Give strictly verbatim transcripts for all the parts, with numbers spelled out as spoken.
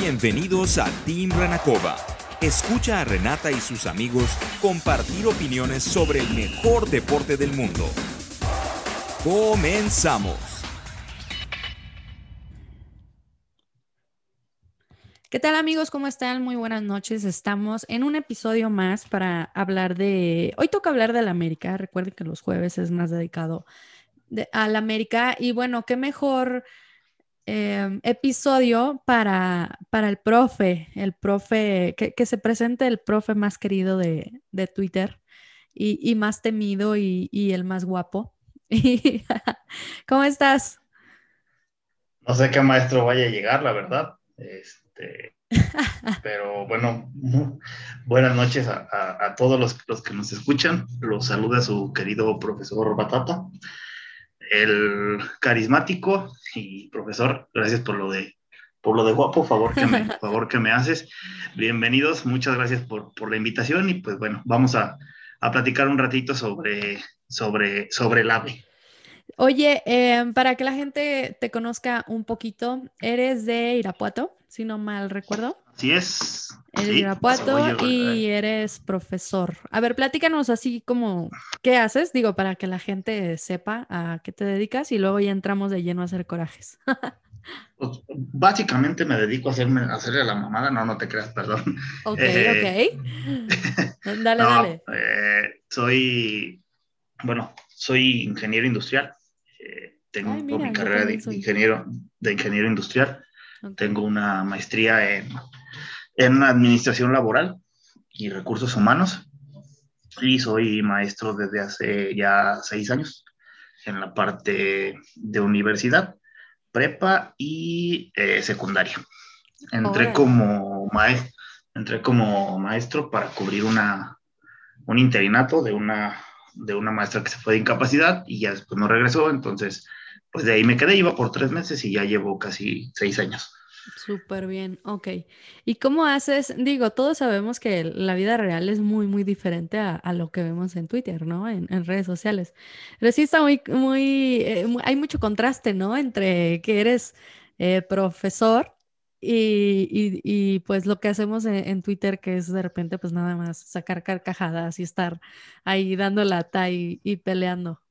Bienvenidos a Team Renacova. Escucha a Renata y sus amigos compartir opiniones sobre el mejor deporte del mundo. ¡Comenzamos! ¿Qué tal, amigos? ¿Cómo están? Muy buenas noches. Estamos en un episodio más para hablar de... Hoy toca hablar de la América. Recuerden que los jueves es más dedicado de... a la América. Y bueno, qué mejor eh, episodio para, para el profe, el profe, que, que se presente el profe más querido de, de Twitter y, y más temido y, y el más guapo. ¿Cómo estás? No sé qué maestro vaya a llegar, la verdad. Este, pero bueno, mu- buenas noches a, a- a todos los, los que nos escuchan. Los saluda su querido profesor Batata, el carismático y profesor. Gracias por lo de, por lo de guapo, favor que me, favor que me haces. Bienvenidos, muchas gracias por, por la invitación y pues bueno, vamos a, a platicar un ratito sobre, sobre, sobre el ave. Oye, eh, para que la gente te conozca un poquito, eres de Irapuato, si no mal recuerdo. Así es, Eres de sí, soy Irapuato el, y eres profesor. A ver, platícanos así como, ¿qué haces? Digo, para que la gente sepa a qué te dedicas y luego ya entramos de lleno a hacer corajes. pues, básicamente me dedico a, hacerme, a hacerle la mamada, no, no te creas, perdón. Ok, ok. Eh, Dale, no, dale. eh, soy, bueno, soy ingeniero industrial. Eh, Ay, tengo mi mira, yo carrera también de, de soy. ingeniero, de ingeniero industrial. Ok. Tengo una maestría en, en administración laboral y recursos humanos. Y soy maestro desde hace ya seis años en la parte de universidad, prepa y eh, secundaria. Entré Órale. como, maestro, entré como maestro para cubrir una, un interinato de una, de una maestra que se fue de incapacidad y ya después no regresó, entonces pues de ahí me quedé, iba por tres meses y ya llevo casi seis años. Súper bien, ok. ¿Y cómo haces? Digo, todos sabemos que la vida real es muy, muy diferente a, a lo que vemos en Twitter, ¿no? En, en redes sociales. Pero sí está muy, muy, eh, mu- hay mucho contraste, ¿no? Entre que eres eh, profesor y, y- y, pues lo que hacemos en, en Twitter, que es de repente pues nada más sacar carcajadas y estar ahí dando lata y, y peleando.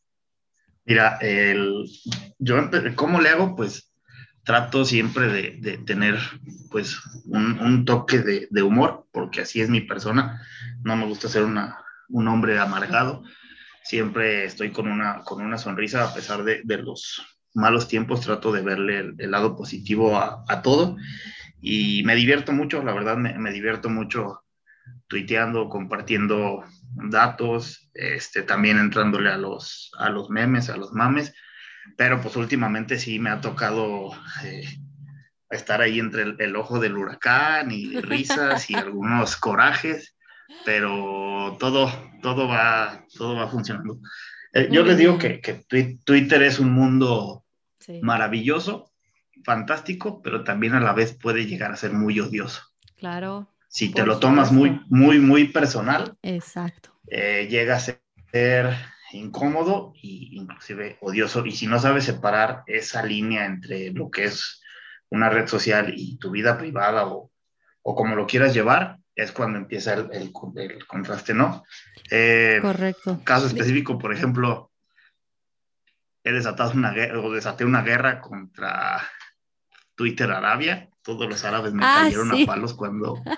Mira, el, yo, empe- ¿cómo le hago? Pues trato siempre de, de tener pues un, un toque de, de humor, porque así es mi persona. No me gusta ser una, un hombre amargado. Siempre estoy con una, con una sonrisa a pesar de, de los malos tiempos. Trato de verle el, el lado positivo a, a, todo y me divierto mucho, la verdad me, me divierto mucho tuiteando, compartiendo datos, este, también entrándole a los, a los memes, a los mames, pero pues últimamente sí me ha tocado eh, estar ahí entre el, el, ojo del huracán y risas y algunos corajes, pero todo, todo, va, todo va funcionando. Eh, yo Muy les digo bien, que, que Twitter es un mundo sí, maravilloso, fantástico, pero también a la vez puede llegar a ser muy odioso. claro, Si te por lo tomas muy, supuesto. muy, muy personal, Exacto. eh, llega a ser incómodo e inclusive odioso. Y si no sabes separar esa línea entre lo que es una red social y tu vida privada o, o como lo quieras llevar, es cuando empieza el, el, el contraste, ¿no? Eh, Correcto. caso Di- específico, por ejemplo, he desatado una guerra o desaté una guerra contra Twitter Arabia. Todos los árabes me Ah, cayeron a sí. palos cuando,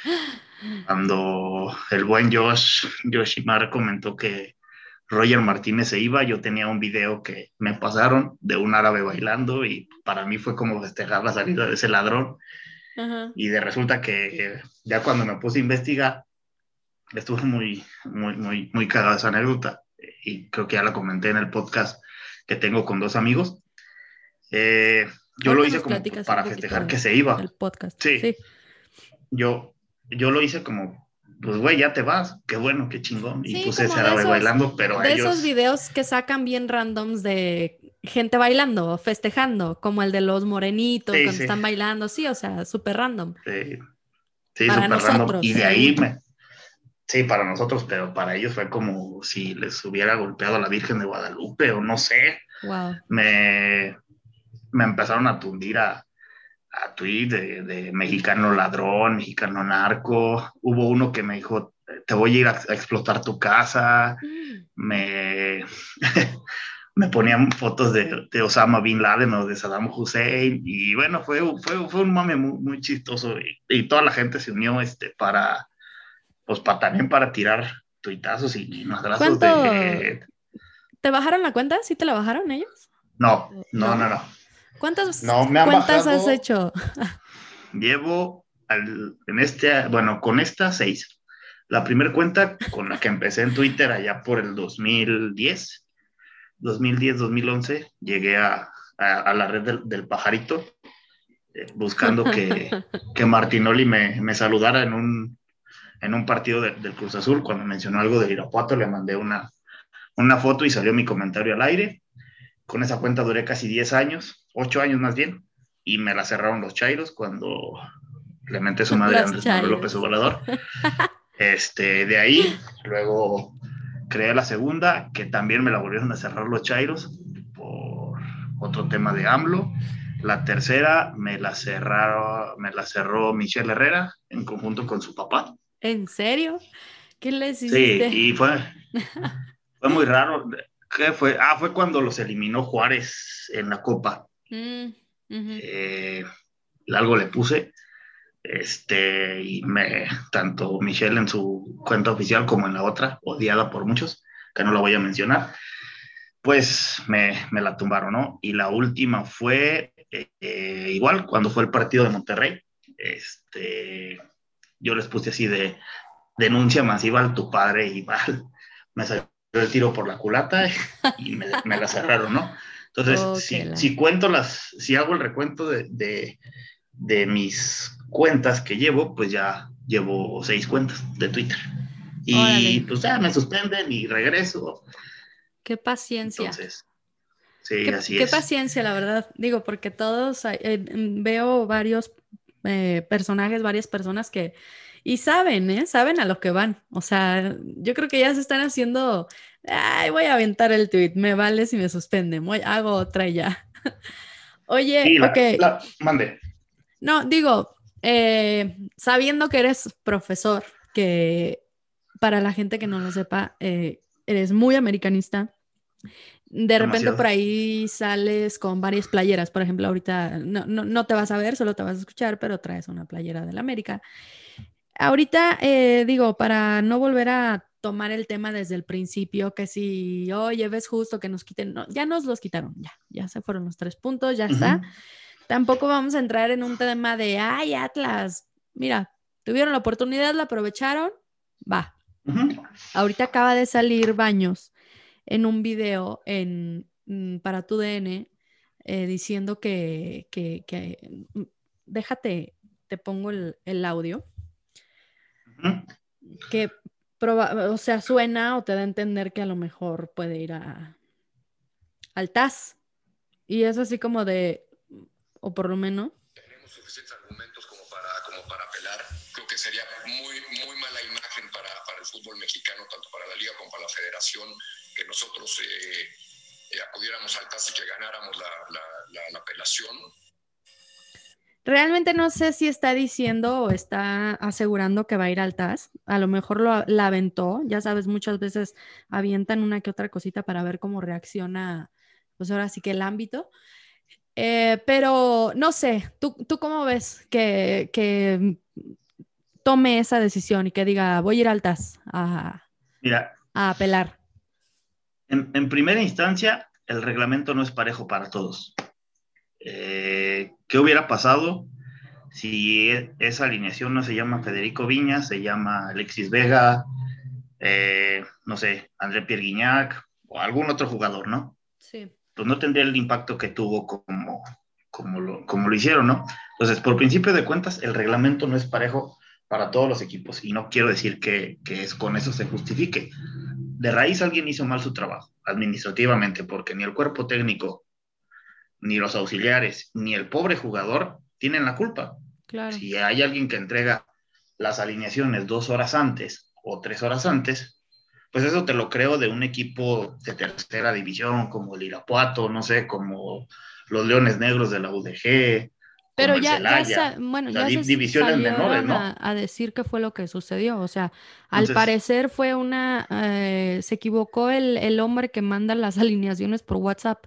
cuando el buen Josh Yoshimar comentó que Roger Martínez se iba. Yo tenía un video que me pasaron de un árabe bailando y para mí fue como festejar la salida de ese ladrón. Ajá. Y de resulta que ya cuando me puse a investigar, estuvo muy, muy, muy, muy cagada esa anécdota y creo que ya la comenté en el podcast que tengo con dos amigos. Eh, yo lo Ahorita hice nos como platicas un para poquito festejar de, que se iba. del podcast. Sí, Sí. yo, yo lo hice como, pues güey, ya te vas, qué bueno, qué chingón. Y Sí, puse ese como de árabe esos, bailando, pero a de esos ellos, videos que sacan bien randoms de gente bailando, festejando, como el de los morenitos sí, cuando sí, están bailando, sí, o sea, súper random. sí, sí, Para súper random. nosotros, Y de ahí según. me, sí, para nosotros, pero para ellos fue como si les hubiera golpeado a la Virgen de Guadalupe o no sé. Wow. Me, me empezaron a tundir a, a tweet de, de mexicano ladrón, mexicano narco. Hubo uno que me dijo, te voy a ir a, a explotar tu casa. Mm. Me, me ponían fotos de, de Osama Bin Laden o de Saddam Hussein. Y bueno, fue, fue, fue un mame muy, muy chistoso. Y, y toda la gente se unió este, para, pues para, también para tirar tuitazos y, y madrazos ¿Cuánto de... te bajaron la cuenta? ¿Sí te la bajaron ellos? No, no, ¿No? no, no. ¿Cuántas No, me han cuentas has bajado, hecho? llevo al, en este, bueno, con esta seis. La primera cuenta con la que empecé en Twitter allá por el dos mil diez, dos mil diez, dos mil once, llegué a, a, a la red del, del pajarito, eh, buscando que, que Martinoli me, me saludara en un, en un partido de, del Cruz Azul. Cuando mencionó algo de Irapuato, le mandé una, una foto y salió mi comentario al aire. Con esa cuenta duré casi diez años, ocho años más bien, y me la cerraron los Chairos cuando le menté su madre a Andrés Manuel López Obrador. Este, de ahí, luego creé la segunda, que también me la volvieron a cerrar los Chairos por otro tema de AMLO. La tercera me la cerraron, me la cerró Michelle Herrera en conjunto con su papá. ¿En serio? ¿Qué les Sí, hiciste? y fue, fue muy raro. ¿Qué fue? Ah, fue cuando los eliminó Juárez en la Copa. Mm, uh-huh. Eh, algo le puse. Este, y me, tanto Michelle en su cuenta oficial como en la otra, odiada por muchos, que no la voy a mencionar, pues me, me la tumbaron, ¿no? Y la última fue eh, igual, cuando fue el partido de Monterrey, este, yo les puse así de denuncia masiva al tu padre y mal, me salió el tiro por la culata y me, me la cerraron, ¿no? Entonces, Oh, si, la... si cuento las, si hago el recuento de, de, de mis cuentas que llevo, pues ya llevo seis cuentas de Twitter. Y Órale. Pues ya me suspenden y regreso. Qué paciencia. Entonces, sí, qué, así qué es. Qué paciencia, la verdad. Digo, porque todos, eh, veo varios eh, personajes, varias personas que, y saben, ¿eh? Saben a lo que van. O sea, yo creo que ya se están haciendo, ay, voy a aventar el tweet, me vale si me suspenden, voy, hago otra y ya. Oye, sí, la, ok. La, mande. No, digo, eh, sabiendo que eres profesor, que para la gente que no lo sepa, eh, eres muy americanista, de repente Demasiado. Por ahí sales con varias playeras. Por ejemplo, ahorita no, no, no te vas a ver, solo te vas a escuchar, pero traes una playera del América. Ahorita, eh, digo, para no volver a tomar el tema desde el principio, que si, oye, ves justo que nos quiten, no, ya nos los quitaron, ya, ya se fueron los tres puntos, ya uh-huh. está. Tampoco vamos a entrar en un tema de, ay, Atlas, mira, tuvieron la oportunidad, la aprovecharon, va. Uh-huh. Ahorita acaba de salir Baños en un video en, para tu D N eh, diciendo que, que, que, déjate, te pongo el, el audio, uh-huh. que, proba- o sea, suena o te da a entender que a lo mejor puede ir a, al T A S. Y es así como de... o por lo menos. Tenemos suficientes argumentos como para, como para apelar. Creo que sería muy, muy mala imagen para, para el fútbol mexicano, tanto para la liga como para la federación, que nosotros eh, eh, acudiéramos al T A S y que ganáramos la, la, la, la apelación. Realmente no sé si está diciendo o está asegurando que va a ir al T A S. A lo mejor lo, la aventó. Ya sabes, muchas veces avientan una que otra cosita para ver cómo reacciona, pues ahora sí que el ámbito. Eh, pero no sé, ¿tú, tú cómo ves que, que tome esa decisión y que diga, voy a ir al T A S a, Mira, a apelar? En, en primera instancia, el reglamento no es parejo para todos. Eh, ¿Qué hubiera pasado si esa alineación no se llama Federico Viñas, se llama Alexis Vega, eh, no sé, André Pierre Guignac o algún otro jugador, ¿no? Sí. Pues no tendría el impacto que tuvo como, como, lo, como lo hicieron, ¿no? Entonces, por principio de cuentas, el reglamento no es parejo para todos los equipos y no quiero decir que, que es, con eso se justifique. De raíz alguien hizo mal su trabajo, administrativamente, porque ni el cuerpo técnico, ni los auxiliares, ni el pobre jugador tienen la culpa. Claro. Si hay alguien que entrega las alineaciones dos horas antes o tres horas antes, pues eso te lo creo de un equipo de tercera división, como el Irapuato, no sé, como los Leones Negros de la U D G, Pero como el ya, ya, Celaya, sa- bueno, o sea, ya di- se divisiones salieron menores, ¿no? a, a decir qué fue lo que sucedió. O sea, al Entonces, parecer fue una, eh, se equivocó el, el hombre que manda las alineaciones por WhatsApp.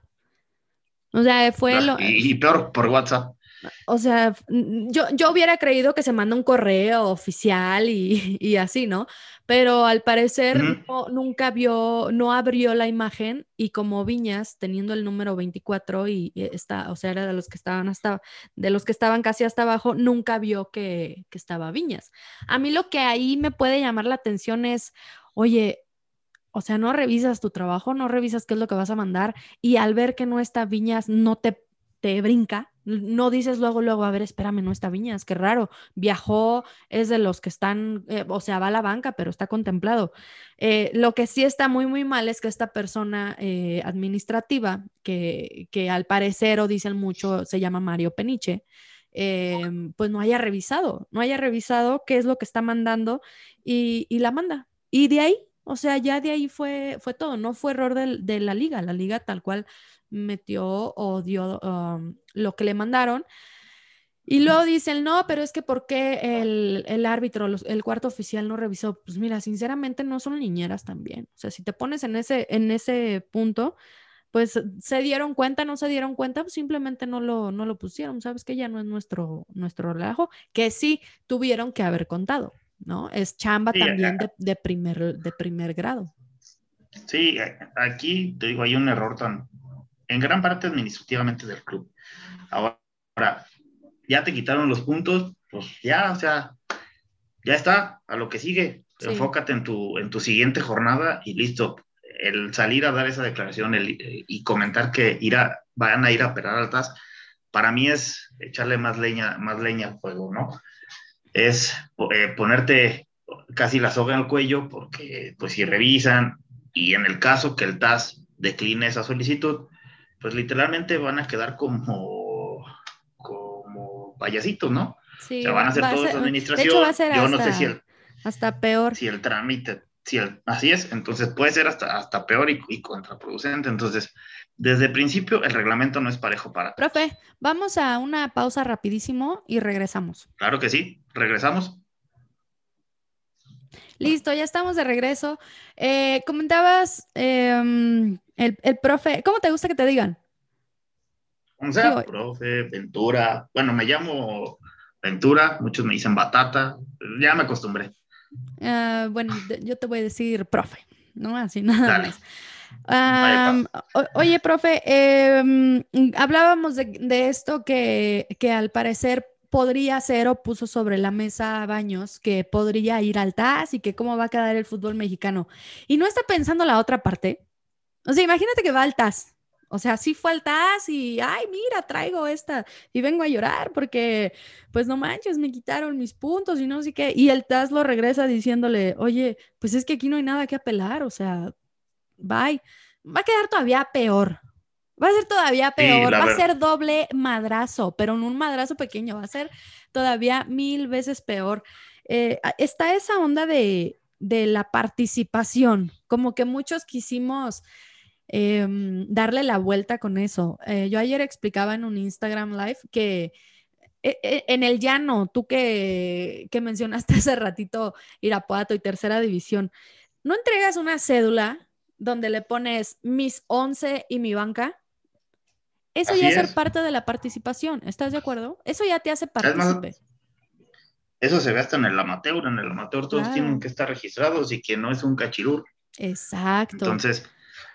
O sea, fue ah, lo, y, y peor, por WhatsApp. o sea, mm, yo, yo hubiera creído que se manda un correo oficial y, y así, ¿no? Pero al parecer Ujú. no, nunca vio, no abrió la imagen y como Viñas, teniendo el número veinticuatro y, y está, o sea, era de los que estaban hasta, de los que estaban casi hasta abajo, nunca vio que, que estaba Viñas. A mí lo que ahí me puede llamar la atención es, oye, o sea, no revisas tu trabajo, no revisas qué es lo que vas a mandar y al ver que no está Viñas, no te, te brinca. No dices luego, luego, a ver, espérame, no está Viñas, qué raro. Viajó, es de los que están, eh, o sea, va a la banca, pero está contemplado. Eh, lo que sí está muy, muy mal es que esta persona eh, administrativa, que, que al parecer, o dicen mucho, se llama Mario Peniche, eh, pues no haya revisado, no haya revisado qué es lo que está mandando y, y la manda. Y de ahí, o sea, ya de ahí fue, fue todo, no fue error del- de, la liga, la liga tal cual metió o dio um, lo que le mandaron. Y luego dicen, no, pero es que ¿por qué el, el árbitro, los- el cuarto oficial no revisó? Pues mira, sinceramente no son niñeras también. O sea, si te pones en ese, en ese punto, pues se dieron cuenta, no se dieron cuenta, pues simplemente no lo, no lo pusieron. Sabes que ya no es nuestro, nuestro relajo, que sí tuvieron que haber contado, ¿no? Es chamba Sí, también a- de, de primer, de primer grado. sí, a- aquí te digo, hay un error tan, en gran parte administrativamente del club. Ahora, ya te quitaron los puntos, pues ya, o sea, ya está, a lo que sigue. Sí. Enfócate en tu, en tu siguiente jornada y listo. El salir a dar esa declaración el, y comentar que ir a, van a ir a Peraltas, para mí es echarle más leña, más leña al fuego, ¿no? Es eh, ponerte casi la soga en el cuello porque pues si revisan y en el caso que el T A S decline esa solicitud, pues literalmente van a quedar como, como payasitos, ¿no? O sea, Sí, van va, a hacer va a toda ser, esa de hecho va a administración. ser Yo no sé si hasta, el, hasta peor. si el trámite, si el, así es, entonces puede ser hasta, hasta peor y, y contraproducente. Entonces, desde el principio, el reglamento no es parejo para todos. Profe, vamos a una pausa rapidísimo y regresamos. Claro que sí, regresamos. Listo, ya estamos de regreso. Eh, comentabas em, el, el profe, ¿cómo te gusta que te digan? O sea, Digo, profe, Ventura, bueno, me llamo Ventura, muchos me dicen Batata, ya me acostumbré. ah, bueno, de- yo te voy a decir profe, ¿no? Así nada Dale, más. vaya Am, paso. o- oye, profe, em, hablábamos de, de esto que, que al parecer podría ser o puso sobre la mesa Baños, que podría ir al T A S y que cómo va a quedar el fútbol mexicano. Y no está pensando la otra parte. O sea, imagínate que va al T A S. O sea, sí fue al T A S y, ay, mira, traigo esta y vengo a llorar porque, pues no manches, me quitaron mis puntos y no sé qué. Y el T A S lo regresa diciéndole, oye, pues es que aquí no hay nada que apelar, o sea, bye. Va a quedar todavía peor. Va a ser todavía Sí, peor. la Va a verdad. ser doble madrazo, pero no un madrazo pequeño. Va a ser todavía mil veces peor. Eh, está esa onda de, de la participación, como que muchos quisimos eh, darle la vuelta con eso. Eh, yo ayer explicaba en un Instagram Live que eh, eh, en el llano, tú que, que mencionaste hace ratito Irapuato y tercera división, ¿no entregas una cédula donde le pones mis once y mi banca? Eso ya Así es ser es. parte de la participación, ¿estás de acuerdo? Eso ya te hace Es más, partícipe. eso se ve hasta en el amateur. En el amateur todos Claro. tienen que estar registrados y que no es un cachirur. Exacto. Entonces,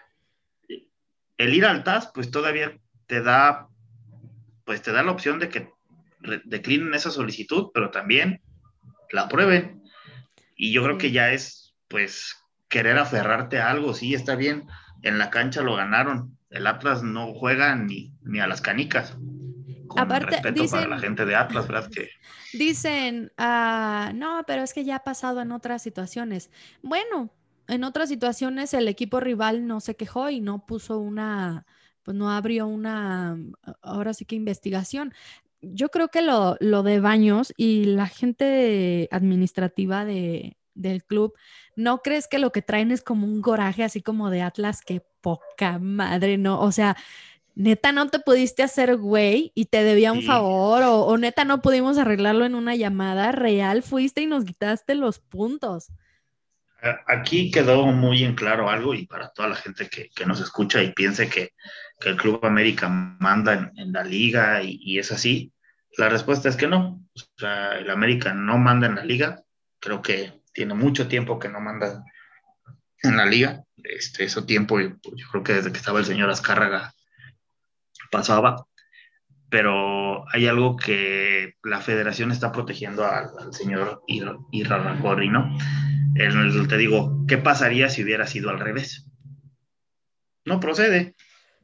el ir al T A S, pues todavía te da, pues te da la opción de que re- declinen esa solicitud, pero también la aprueben. Y yo creo Sí. que ya es, pues, querer aferrarte a algo. Sí, está bien, en la cancha lo ganaron. El Atlas no juega ni, ni a las canicas. Con Aparte, respeto para la dicen, gente de Atlas, ¿verdad? Que dicen, ah, no, pero es que ya ha pasado en otras situaciones. Bueno, en otras situaciones el equipo rival no se quejó y no puso una, pues no abrió una, ahora sí que investigación. Yo creo que lo, lo de Baños y la gente administrativa de, del club, ¿no crees que lo que traen es como un coraje así como de Atlas? Que poca madre, ¿no? O sea, neta no te pudiste hacer güey y te debía un Sí. favor, o, o neta no pudimos arreglarlo en una llamada real, fuiste y nos quitaste los puntos. A- Aquí quedó muy en claro algo y para toda la gente que, que nos escucha y piense que, que el Club América manda en, en la liga y, y es así, la respuesta es que no. O sea, el América no manda en la liga. Creo que tiene mucho tiempo que no manda en la liga. Este, eso tiempo, yo, yo creo que desde que estaba el señor Azcárraga pasaba, pero hay algo que la federación está protegiendo al, al señor Ir- Irarrágorri, ¿no? El- te digo, ¿qué pasaría si hubiera sido al revés? No procede,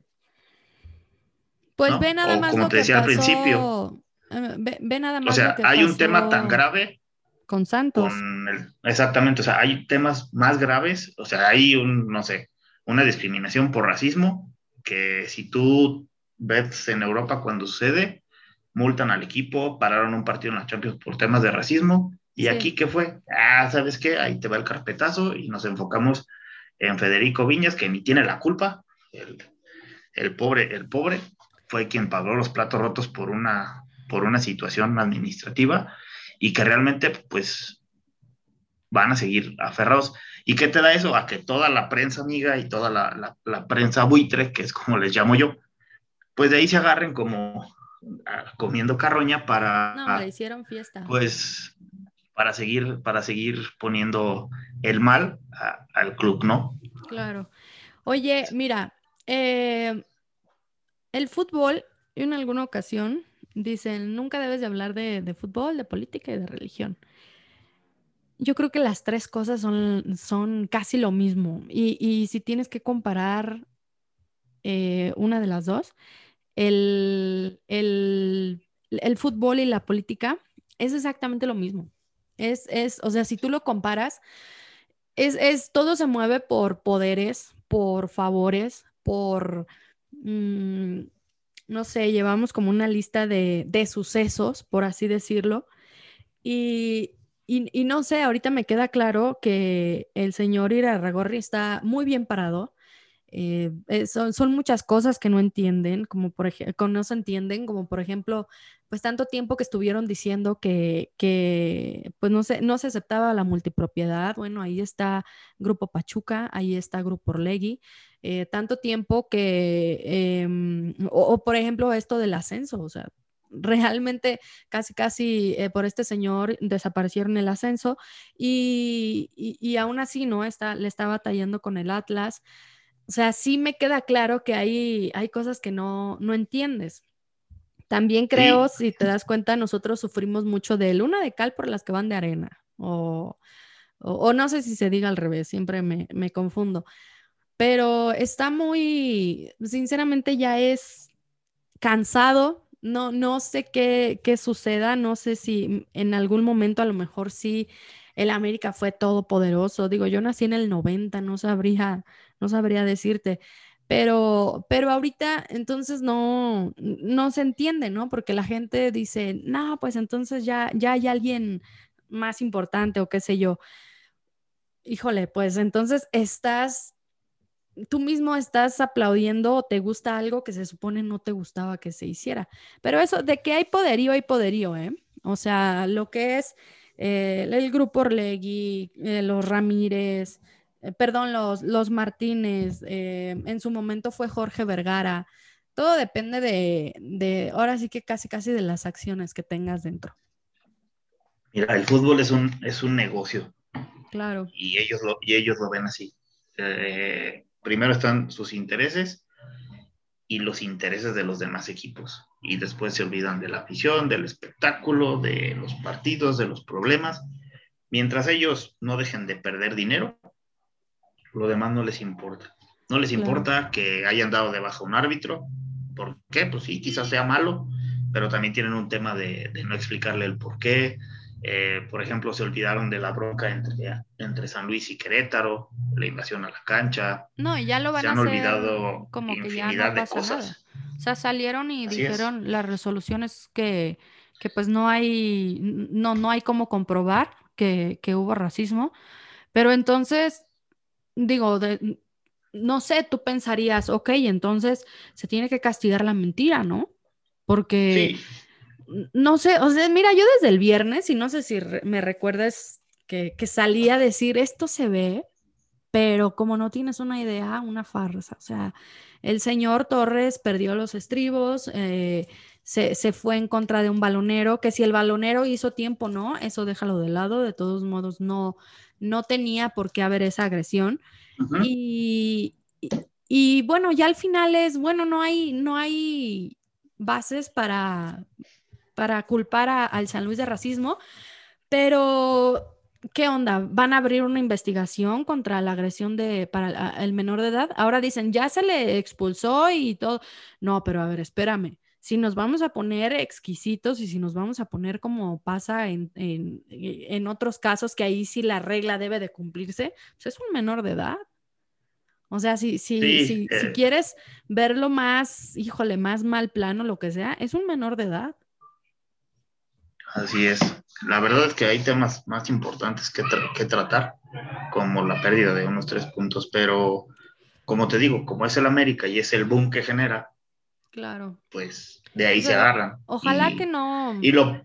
Pues ve ¿no? nada O más como lo te que decía al principio, pasó, eh, ve, ve nada o más lo sea, que hay un tema tan pasó grave con Santos. con el, exactamente, o sea, hay temas más graves, o sea, hay un, no sé, una discriminación por racismo, que si tú ves en Europa cuando sucede, multan al equipo, pararon un partido en la Champions por temas de racismo, y Sí. aquí, ¿qué fue? Ah, ¿sabes qué? Ahí te va el carpetazo y nos enfocamos en Federico Viñas, que ni tiene la culpa, el, el pobre, el pobre fue quien pagó los platos rotos por una, por una situación administrativa y que realmente, pues, van a seguir aferrados. ¿Y qué te da eso? A que toda la prensa amiga y toda la, la, la prensa buitre, que es como les llamo yo, pues de ahí se agarren como uh, comiendo carroña para, No, hombre, hicieron fiesta. pues, para seguir, para seguir poniendo el mal a, al club, ¿no? Claro. Oye, mira, eh, el fútbol, en alguna ocasión, dicen, nunca debes de hablar de, de fútbol, de política y de religión. Yo creo que las tres cosas son, son casi lo mismo. Y, y si tienes que comparar eh, una de las dos, el, el, el fútbol y la política es exactamente lo mismo. Es, es, o sea, si tú lo comparas, es, es, todo se mueve por poderes, por favores, por, mm, no sé, llevamos como una lista de, de sucesos, por así decirlo. Y, y, y no sé, ahorita me queda claro que el señor Irarrágorri está muy bien parado. Eh, eh, son, son muchas cosas que no entienden, como por ejemplo, no se entienden, como por ejemplo, pues tanto tiempo que estuvieron diciendo que, que pues no se, no se aceptaba la multipropiedad. Bueno, ahí está Grupo Pachuca, ahí está Grupo Orlegui. Eh, tanto tiempo que, eh, o, o, por ejemplo, esto del ascenso, o sea, realmente casi, casi eh, por este señor desaparecieron el ascenso y, y, y aún así, ¿no? Está, le está batallando con el Atlas. O sea, sí me queda claro que hay, hay cosas que no, no entiendes. También creo, Sí, si te das cuenta, nosotros sufrimos mucho de luna de cal por las que van de arena. O, o, o no sé si se diga al revés, siempre me, me confundo. Pero está muy, sinceramente ya es cansado. No, no sé qué, qué suceda, no sé si en algún momento a lo mejor sí el América fue todopoderoso. Digo, yo nací en el noventa, no sabría, no sabría decirte, pero, pero ahorita entonces no, no se entiende, ¿no? Porque la gente dice, no, pues entonces ya, ya hay alguien más importante o qué sé yo. Híjole, pues entonces estás tú mismo estás aplaudiendo o te gusta algo que se supone no te gustaba que se hiciera. Pero eso, de que hay poderío, hay poderío, ¿eh? O sea, lo que es eh, el grupo Orlegui, eh, los Ramírez, eh, perdón, los, los Martínez, eh, en su momento fue Jorge Vergara. Todo depende de, de, ahora sí que casi, casi de las acciones que tengas dentro. mira, el fútbol es un, es un negocio Claro. y ellos lo, y ellos lo ven así. Eh, primero están sus intereses y los intereses de los demás equipos. Y después se olvidan de la afición, del espectáculo, de los partidos, de los problemas. Mientras ellos no dejen de perder dinero, lo demás no les importa. No les Claro. importa que hayan dado de baja un árbitro. ¿Por qué? Pues sí, quizás sea malo, pero también tienen un tema de, de no explicarle el por qué. Eh, por ejemplo, se olvidaron de la bronca entre, entre San Luis y Querétaro, la invasión a la cancha. No, y ya lo van Se a han hacer olvidado como que ya infinidad no de pasa nada. cosas. O sea, salieron y Así es. dijeron las resoluciones que, que pues no hay, no, no hay cómo comprobar que, que hubo racismo. Pero entonces, digo, de, no sé, tú pensarías, ok, entonces se tiene que castigar la mentira, ¿no? Porque, Sí. no sé, o sea, mira, yo desde el viernes, y no sé si re- me recuerdas que, que salí a decir, esto se ve, pero como no tienes una idea, una farsa. O sea, el señor Torres perdió los estribos, eh, se, se fue en contra de un balonero, que si el balonero hizo tiempo, no, eso déjalo de lado, de todos modos, no, no tenía por qué haber esa agresión. Ujú. Y, y, y bueno, ya al final es, bueno, no hay, no hay bases para, para culpar a- al San Luis de racismo, pero ¿qué onda? ¿Van a abrir una investigación contra la agresión de, para la- el menor de edad? Ahora dicen, ya se le expulsó y todo. No, pero a ver, espérame. Si nos vamos a poner exquisitos y si nos vamos a poner como pasa en, en, en otros casos, que ahí sí la regla debe de cumplirse, pues es un menor de edad. O sea, si, si, Sí, si, si eh, quieres verlo más, híjole, más mal plano, lo que sea, es un menor de edad. así es. La verdad es que hay temas más importantes que, tra- que tratar, como la pérdida de unos tres puntos, pero como te digo, como es el América y es el boom que genera, Claro. pues de O ahí se sea, o- agarran. ojalá que Y, no. y lo,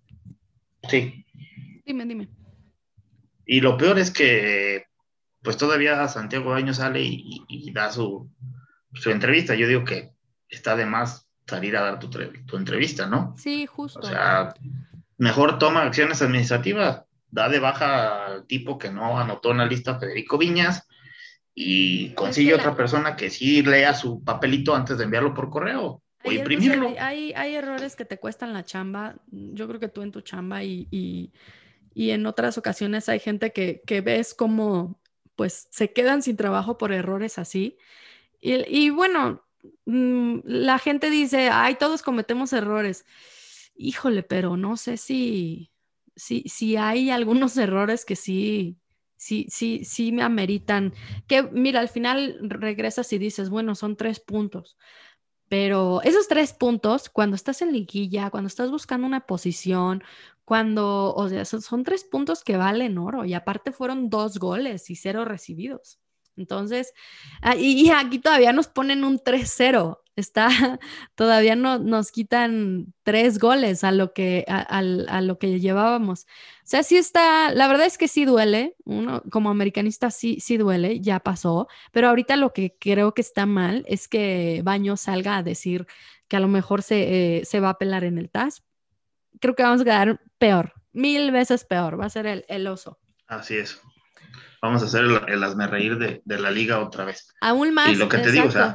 sí, Dime, dime. y lo peor es que pues todavía Santiago Baños sale y, y- y da su, su entrevista. Yo digo que está de más salir a dar tu, tre- tu entrevista, ¿no? Sí, O justo. sea, mejor toma acciones administrativas, da de baja al tipo que no anotó en la lista Federico Viñas y Es que consigue la, otra persona que sí lea su papelito antes de enviarlo por correo o ahí es donde hay, imprimirlo. hay, hay errores que te cuestan la chamba. Yo creo que tú en tu chamba y, y, y en otras ocasiones hay gente que, que ves como pues se quedan sin trabajo por errores así. Y, y bueno, mm, la gente dice, ay, todos cometemos errores. Híjole, pero no sé si, si, si hay algunos errores que sí, sí, sí, sí me ameritan. Que mira, al final regresas y dices, bueno, son tres puntos. Pero esos tres puntos, cuando estás en liguilla, cuando estás buscando una posición, cuando, o sea, son, son tres puntos que valen oro y aparte fueron dos goles y cero recibidos. Entonces, ah, y, y aquí todavía nos ponen un tres cero. Está, todavía no, nos quitan tres goles a lo que, a, al- a lo que llevábamos. O sea, sí está, la verdad es que sí duele, uno como americanista sí, sí duele, ya pasó, pero ahorita lo que creo que está mal es que Baños salga a decir que a lo mejor se, eh, se va a pelar en el T A S. Creo que vamos a quedar peor, mil veces peor, va a ser el, el oso. Así es. Vamos a hacer el, el hazmerreír de, de la liga otra vez. Aún Y más, lo que te digo, o exacto. sea,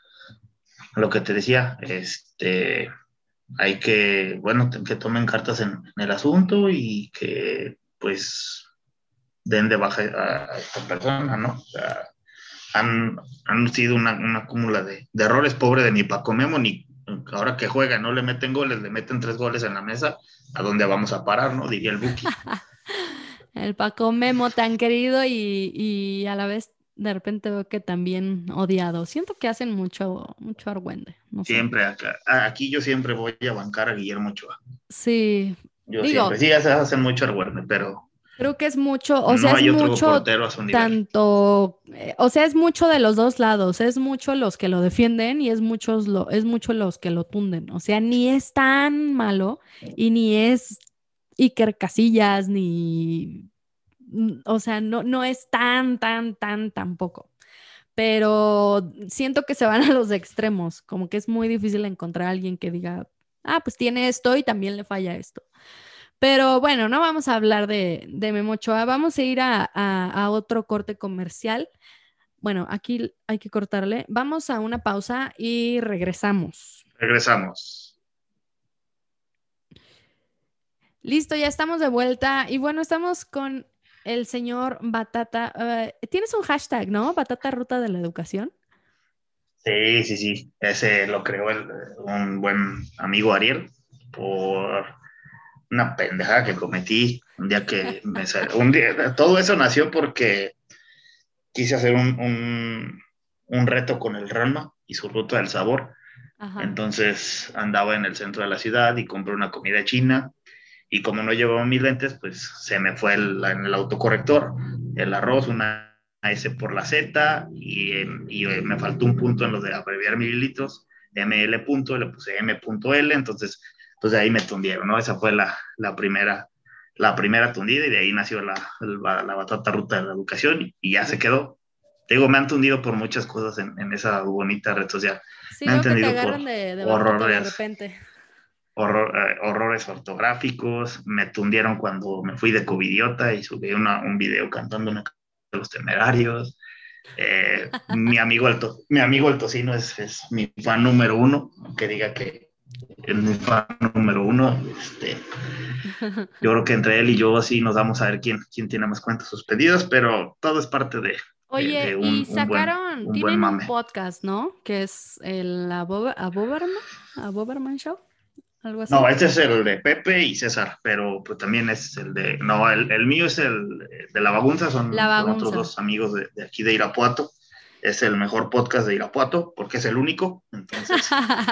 lo que te decía, este, hay que, bueno, que tomen cartas en, en el asunto y que, pues, den de baja a, a esta persona, ¿no? O sea, han, han sido una, una cúmula de, de errores, pobre de mi Paco Memo, ni ahora que juega, no le meten goles, le meten tres goles en la mesa, ¿a dónde vamos a parar, no? Diría el Buki. El Paco Memo tan querido y, y a la vez de repente veo que también odiado. Siento que hacen mucho, mucho argüende, no sé. Siempre acá, aquí yo siempre voy a bancar a Guillermo Ochoa. Sí, Yo digo, siempre, sí, ya se hacen mucho argüende, pero creo que es mucho, o sea, no es hay otro mucho portero a su nivel. tanto, eh, o sea, es mucho de los dos lados, es mucho los que lo defienden y es muchos lo, es mucho los que lo tunden. O sea, ni es tan malo y ni es Iker Casillas, ni, mm, o sea, no, no es tan, tan, tan, tampoco. Pero siento que se van a los extremos, como que es muy difícil encontrar a alguien que diga, ah, pues tiene esto y también le falla esto. Pero bueno, no vamos a hablar de, de Memo Ochoa, vamos a ir a, a, a otro corte comercial. Bueno, aquí hay que cortarle. Vamos a una pausa y regresamos. Regresamos. Listo, ya estamos de vuelta. Y bueno, estamos con el señor Batata. Uh, tienes un hashtag, ¿no? Batata Ruta de la Educación. Sí, sí, sí. Ese lo creó el, un buen amigo Ariel por una pendejada que cometí un día que me sal- un día, todo eso nació porque quise hacer un, un, un reto con el Ranma y su ruta del sabor. Ajá. Entonces andaba en el centro de la ciudad y compré una comida china y como no llevaba mis lentes, pues se me fue el, en el autocorrector el arroz, una S por la Z y, y me faltó un punto en lo de abreviar mililitros, M L punto, le puse M punto L, entonces pues de ahí me tundieron, ¿no? Esa fue la, la primera la primera tundida y de ahí nació la, la, la batata ruta de la educación y, y ya se quedó. Te digo, me han tundido por muchas cosas en, en esa bonita red social. Sí, me han veo que te tundido agarran por de, de horrores, de repente. Horror, eh, horrores ortográficos, me tundieron cuando me fui de covidiota y subí una, un video cantándome Los Temerarios. Eh, mi, amigo el to, mi amigo el Tocino es, es mi fan número uno, que diga que es mi fan número uno. Este, yo creo que entre él y yo así nos vamos a ver quién, quién tiene más cuentas suspendidas, pero todo es parte de, Oye, de, de un, y sacaron, un buen, un tienen buen mame. un podcast, ¿no? Que es el Aboberman, Aboberman Show, algo así. No, este es el de Pepe y César, pero pues también es el de, no, el, el mío es el de La Bagunza, son, La Bagunza. son otros dos amigos de, de aquí de Irapuato. Es el mejor podcast de Irapuato, porque es el único, entonces...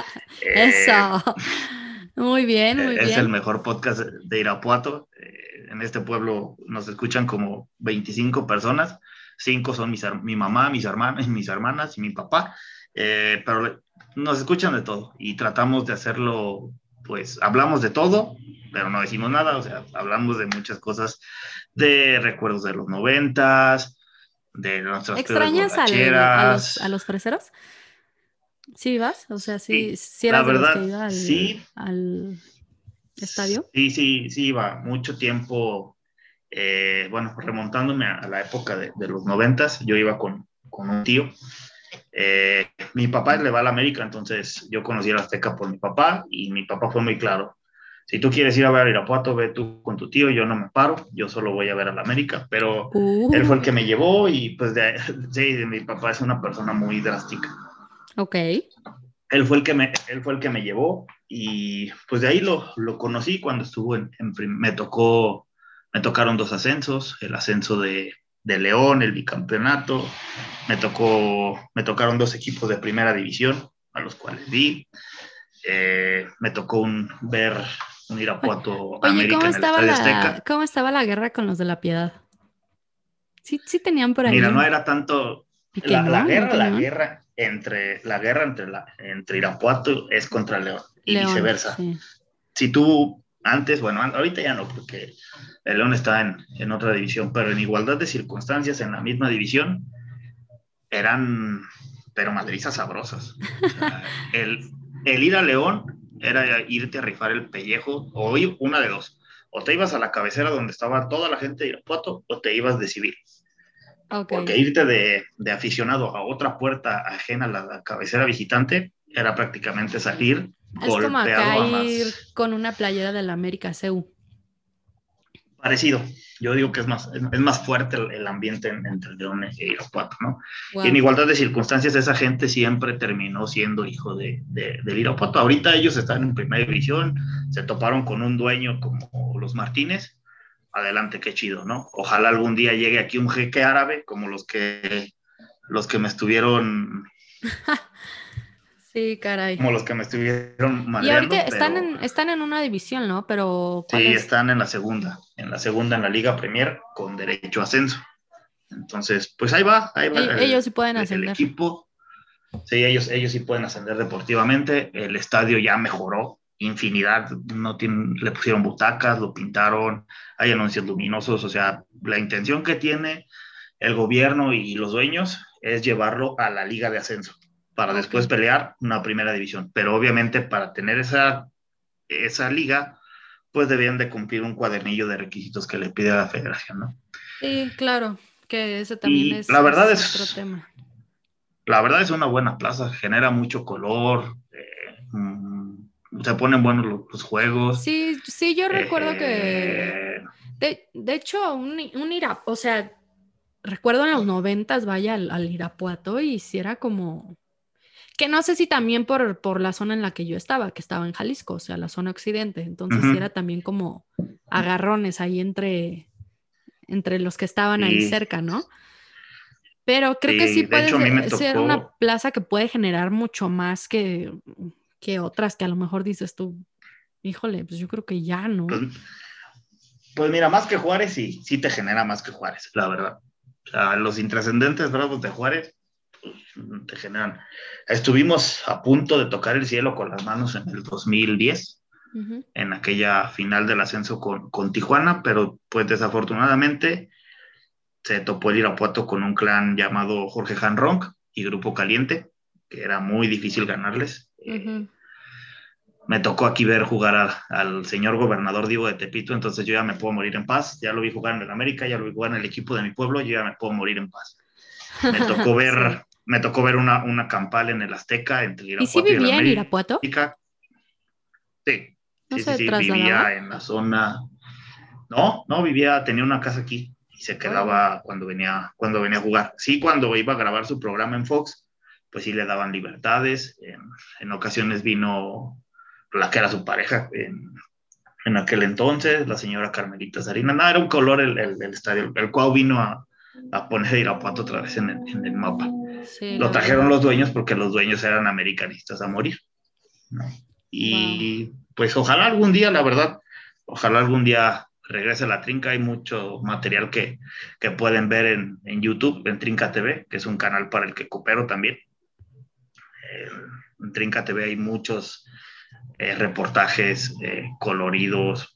Eso, eh, muy bien, muy es bien. Es el mejor podcast de Irapuato. Eh, en este pueblo nos escuchan como veinticinco personas, cinco son mis, mi mamá, mis hermanas, mis hermanas y mi papá, eh, pero nos escuchan de todo y tratamos de hacerlo, pues hablamos de todo, pero no decimos nada, o sea, hablamos de muchas cosas, de recuerdos de los noventas, de nuestras ¿extrañas al, a, los, a los freseros? ¿Sí vas? O sea, sí, sí, sí eras la verdad, de los que iba al, sí, al estadio. Sí, sí, sí iba mucho tiempo, eh, bueno, remontándome a, a la época de, de los noventas, yo iba con, con un tío. Eh, mi papá le va a la América, entonces yo conocí a la Azteca por mi papá y mi papá fue muy claro. Si tú quieres ir a ver a Irapuato, ve tú con tu tío, yo no me paro, yo solo voy a ver a la América, pero uh. él fue el que me llevó y pues de, sí, mi papá es una persona muy drástica. Ok. Él fue el que me, él fue el que me llevó y pues de ahí lo, lo conocí cuando estuvo en, en, me tocó, me tocaron dos ascensos, el ascenso de, de León, el bicampeonato, me tocó, me tocaron dos equipos de primera división a los cuales vi, eh, me tocó un, ver un Irapuato Oye, América ¿cómo en el estaba Estadio la, Azteca. ¿cómo estaba la guerra con los de la Piedad? Sí, sí tenían por ahí. Mira, no era tanto la, no, la guerra, ¿no la guerra entre la guerra entre la entre Irapuato es contra León y León, viceversa. Sí. Si tú antes, bueno, ahorita ya no, porque el León está en, en otra división, pero en igualdad de circunstancias en la misma división eran, pero madrizas sabrosas. O sea, el, el ir a León era irte a rifar el pellejo, o ir una de dos, o te ibas a la cabecera donde estaba toda la gente de Irapuato, o te ibas de civil. Okay. Porque irte de, de aficionado a otra puerta ajena a la, la cabecera visitante era prácticamente salir es golpeado como acá a más... ir con una playera de la América C U. Parecido. Yo digo que es más, es, es más fuerte el, el ambiente en, entre León e Irapuato, ¿no? Wow. Y en igualdad de circunstancias esa gente siempre terminó siendo hijo de, de, del Irapuato. Ahorita ellos están en primera división, se toparon con un dueño como los Martínez. Adelante, qué chido, ¿no? Ojalá algún día llegue aquí un jeque árabe como los que los que me estuvieron sí, caray. Como los que me estuvieron madreando. Y ahorita pero... están, en, están en una división, ¿no? Pero sí, es? están en la segunda, en la segunda en la Liga Premier con derecho a ascenso. Entonces, pues ahí va, ahí va. Ellos, el, ellos sí pueden el, ascender. El equipo, sí, ellos, ellos sí pueden ascender deportivamente. El estadio ya mejoró. Infinidad, no tienen, le pusieron butacas, lo pintaron, hay anuncios luminosos, o sea, la intención que tiene el gobierno y los dueños es llevarlo a la liga de ascenso, para okay. después pelear una primera división, pero obviamente para tener esa, esa liga, pues debían de cumplir un cuadernillo de requisitos que le pide a la federación, ¿no? Sí, claro, que ese también y es, la verdad es es, otro tema. La verdad es una buena plaza, genera mucho color, eh, mm, se ponen buenos los, los juegos. Sí, sí, yo recuerdo eh, que de, de hecho un, un Irapuato, o sea, recuerdo en los noventas vaya al, al Irapuato y si era como que no sé si también por, por la zona en la que yo estaba, que estaba en Jalisco, o sea, la zona occidente, entonces uh-huh. sí era también como agarrones ahí entre, entre los que estaban sí. ahí cerca, ¿no? Pero creo sí, que sí puede ser, ser tocó... una plaza que puede generar mucho más que que otras que a lo mejor dices tú, híjole, pues yo creo que ya, ¿no? Pues, pues mira, más que Juárez sí, sí te genera más que Juárez, la verdad. O O sea, los intrascendentes Bravos de Juárez pues, te generan. Estuvimos a punto de tocar el cielo con las manos en el dos mil diez, uh-huh. en aquella final del ascenso con, con Tijuana, pero pues desafortunadamente se topó el Irapuato con un clan llamado Jorge Hanronk y Grupo Caliente, que era muy difícil ganarles. Uh-huh. Eh, me tocó aquí ver jugar a, al señor gobernador Diego de Tepito, entonces yo ya me puedo morir en paz. Ya lo vi jugar en el América, ya lo vi jugar en el equipo de mi pueblo, yo ya me puedo morir en paz. Me tocó ver, sí. me tocó ver una, una campal en el Azteca entre el Irapuato ¿Y sí vivía y el en Irapuato? Sí, ¿No sí, se sí, sí, trasladaba? vivía en la zona. No, no, vivía, tenía una casa aquí y se quedaba oh. cuando venía, cuando venía a jugar. Sí, cuando iba a grabar su programa en Fox, pues sí le daban libertades. En, en ocasiones vino la que era su pareja en, en aquel entonces, la señora Carmelita Sarina. No, era un color el, el, el estadio, el cual vino a, a poner Irapuato otra vez en el, en el mapa. Sí, lo trajeron verdad. Los dueños porque los dueños eran americanistas a morir, ¿no? Y wow. pues ojalá algún día, la verdad, ojalá algún día regrese la Trinca. Hay mucho material que, que pueden ver en, en YouTube, en Trinca T V, que es un canal para el que coopero también. Eh, en Trinca T V hay muchos eh, reportajes eh, coloridos,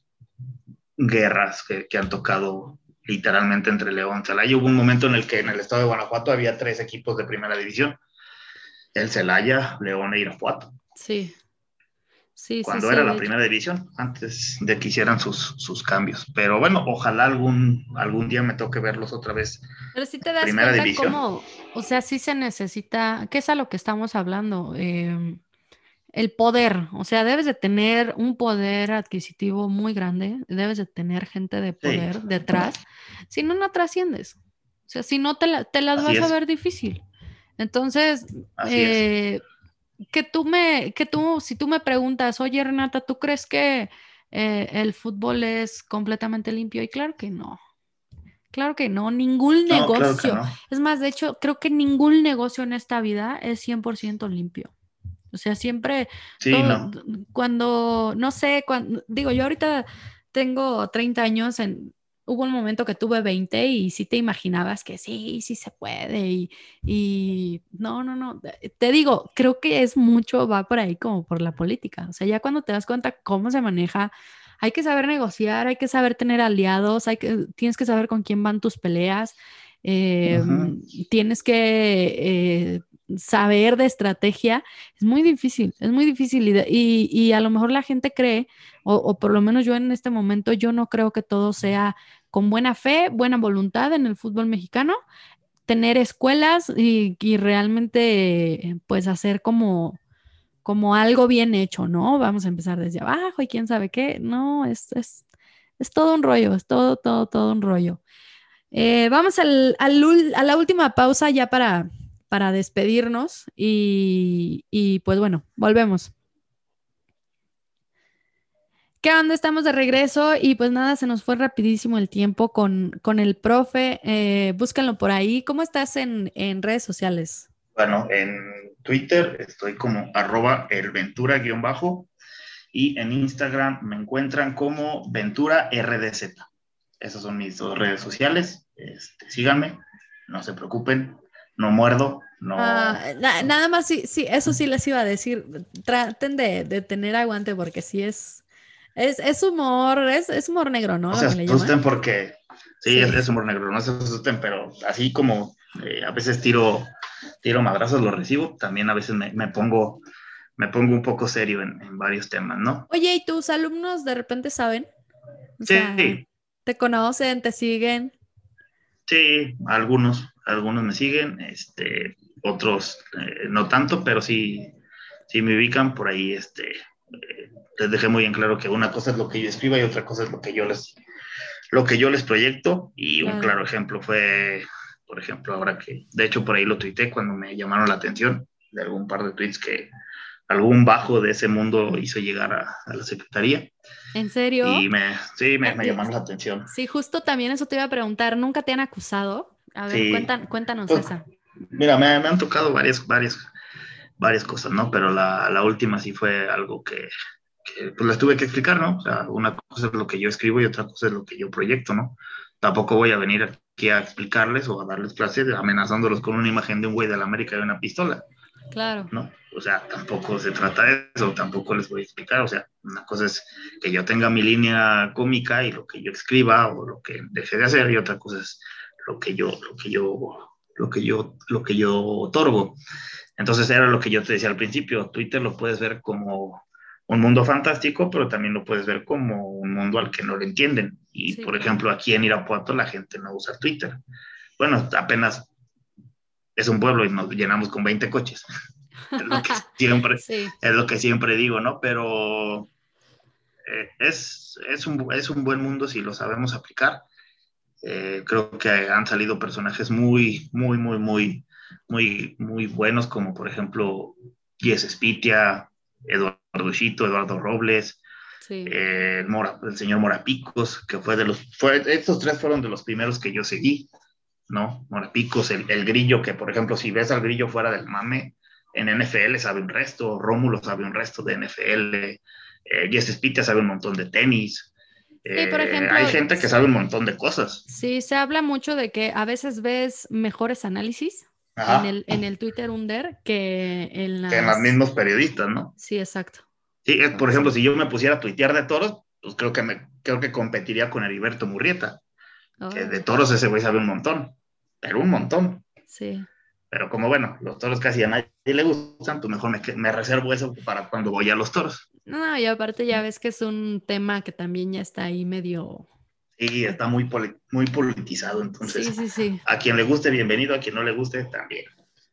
guerras que, que han tocado literalmente entre León y Celaya. Hubo un momento en el que en el estado de Guanajuato había tres equipos de primera división: el Celaya, León e Irapuato. Sí. Sí, cuando sí, era sí, la primera división, antes de que hicieran sus, sus cambios. Pero bueno, ojalá algún, algún día me toque verlos otra vez. Pero sí te das primera cuenta división. Cómo, o sea, sí se necesita, ¿qué es a lo que estamos hablando? Eh, el poder, o sea, debes de tener un poder adquisitivo muy grande, debes de tener gente de poder sí. detrás, si no, no trasciendes. O sea, si no, te, la, te las Así vas es. a ver difícil. Entonces, Así eh, es. que tú me, que tú, si tú me preguntas, oye Renata, ¿tú crees que eh, el fútbol es completamente limpio? Y claro que no. Claro que no, ningún no, negocio. Claro que no. Es más, de hecho, creo que ningún negocio en esta vida es cien por ciento limpio. O sea, siempre, sí, todo, no. cuando, no sé, cuando, digo, yo ahorita tengo treinta años, en, hubo un momento que tuve veinte y sí te imaginabas que sí, sí se puede y, y no, no, no, te digo, creo que es mucho, va por ahí como por la política. O sea, ya cuando te das cuenta cómo se maneja, hay que saber negociar, hay que saber tener aliados, hay que, tienes que saber con quién van tus peleas, eh, uh-huh. tienes que... Eh, saber de estrategia. Es muy difícil, es muy difícil y, de, y, y a lo mejor la gente cree, o, o por lo menos yo en este momento, yo no creo que todo sea con buena fe, buena voluntad en el fútbol mexicano, tener escuelas y, y realmente pues hacer como, como algo bien hecho, ¿no? Vamos a empezar desde abajo y quién sabe qué. No, es, es, es todo un rollo, es todo, todo, todo un rollo. Eh, vamos al, al, a la última pausa ya para... para despedirnos y, y pues bueno, volvemos. ¿Qué onda? Estamos de regreso y pues nada, se nos fue rapidísimo el tiempo con, con el profe. Eh, búscanlo por ahí. ¿Cómo estás en, en redes sociales? Bueno, en Twitter estoy como arroba elventura guión bajo y en Instagram me encuentran como Ventura R D Z. Esas son mis dos redes sociales. Este, síganme, no se preocupen. No muerdo, no... Ah, na- nada más, sí, sí, eso sí les iba a decir. Traten de, de tener aguante porque sí es... Es, es humor, es, es humor negro, ¿no? No se asusten porque... Sí, Sí. Es, es humor negro, no se asusten, pero así como eh, a veces tiro, tiro madrazos, los recibo, también a veces me, me pongo me pongo un poco serio en, en varios temas, ¿no? Oye, ¿y tus alumnos de repente saben? O Sí, sea, sí. ¿te conocen, te siguen? Sí, algunos, algunos me siguen, este, otros eh, no tanto, pero sí, sí me ubican por ahí, este, eh, les dejé muy en claro que una cosa es lo que yo escriba y otra cosa es lo que yo les, lo que yo les proyecto, y claro. Un claro ejemplo fue, por ejemplo, ahora que, de hecho por ahí lo tuiteé cuando me llamaron la atención de algún par de tweets que algún bajo de ese mundo hizo llegar a, a la secretaría. ¿En serio? Y me, sí, me, me llamaron la atención. Sí, justo también eso te iba a preguntar. ¿Nunca te han acusado? A ver, sí. cuentan, cuéntanos pues, esa. Mira, me, me han tocado varias, varias, varias cosas, ¿no? Pero la, la última sí fue algo que, que pues les tuve que explicar, ¿no? O sea, una cosa es lo que yo escribo y otra cosa es lo que yo proyecto, ¿no? Tampoco voy a venir aquí a explicarles o a darles clases amenazándolos con una imagen de un güey de la América y una pistola. Claro. ¿No? O sea, tampoco se trata de eso, tampoco les voy a explicar. O sea, una cosa es que yo tenga mi línea cómica y lo que yo escriba o lo que deje de hacer, y otra cosa es lo que yo, lo que yo, lo que yo, lo que yo otorgo. Entonces era lo que yo te decía al principio. Twitter lo puedes ver como un mundo fantástico, pero también lo puedes ver como un mundo al que no le entienden. Y, sí, por ejemplo, aquí en Irapuato la gente no usa Twitter. Bueno, apenas es un pueblo y nos llenamos con veinte coches. Es lo que siempre, sí. es lo que siempre digo, ¿no? Pero eh, es, es, un, es un buen mundo si lo sabemos aplicar. Eh, creo que han salido personajes muy, muy, muy, muy, muy, muy buenos, como por ejemplo Jess Spitia, Eduardo Chito, Eduardo Robles, sí. eh, el, Mora, el señor Morapicos, que fue de los, fue, estos tres fueron de los primeros que yo seguí, ¿no? Morapicos, el, el Grillo, que por ejemplo, si ves al Grillo fuera del mame, en N F L sabe un resto, Rómulo sabe un resto de N F L, eh, Jess Spitia sabe un montón de tenis. Sí, por ejemplo, eh, hay gente que sí, sabe un montón de cosas. Sí, se habla mucho de que a veces ves mejores análisis en el, en el Twitter Under que en las... que en los mismos periodistas, ¿no? Sí, exacto. Sí, es, por ejemplo, si yo me pusiera a tuitear de toros, pues creo que, me, creo que competiría con Heriberto Murrieta. Oh. Que de toros ese güey sabe un montón, pero un montón. Sí. Pero como bueno, los toros casi a nadie le gustan, pues mejor me, me reservo eso para cuando voy a los toros. No, y aparte ya ves que es un tema que también ya está ahí medio... Sí, está muy, poli muy politizado, entonces sí, sí, sí. A quien le guste, bienvenido, a quien no le guste, también.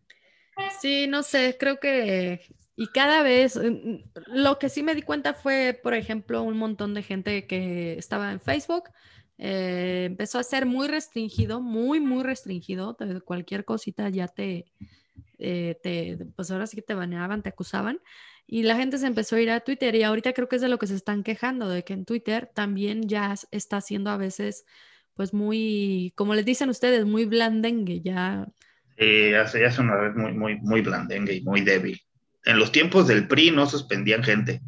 Sí, no sé, creo que... Y cada vez, lo que sí me di cuenta fue, por ejemplo, un montón de gente que estaba en Facebook, eh, empezó a ser muy restringido, muy, muy restringido, cualquier cosita ya te, eh, te, pues ahora sí que te baneaban, te acusaban, y la gente se empezó a ir a Twitter, y ahorita creo que es de lo que se están quejando, de que en Twitter también ya está siendo a veces, pues muy, como les dicen ustedes, muy blandengue, ya. Sí, ya es una red muy, muy, muy blandengue y muy débil. En los tiempos del P R I no suspendían gente.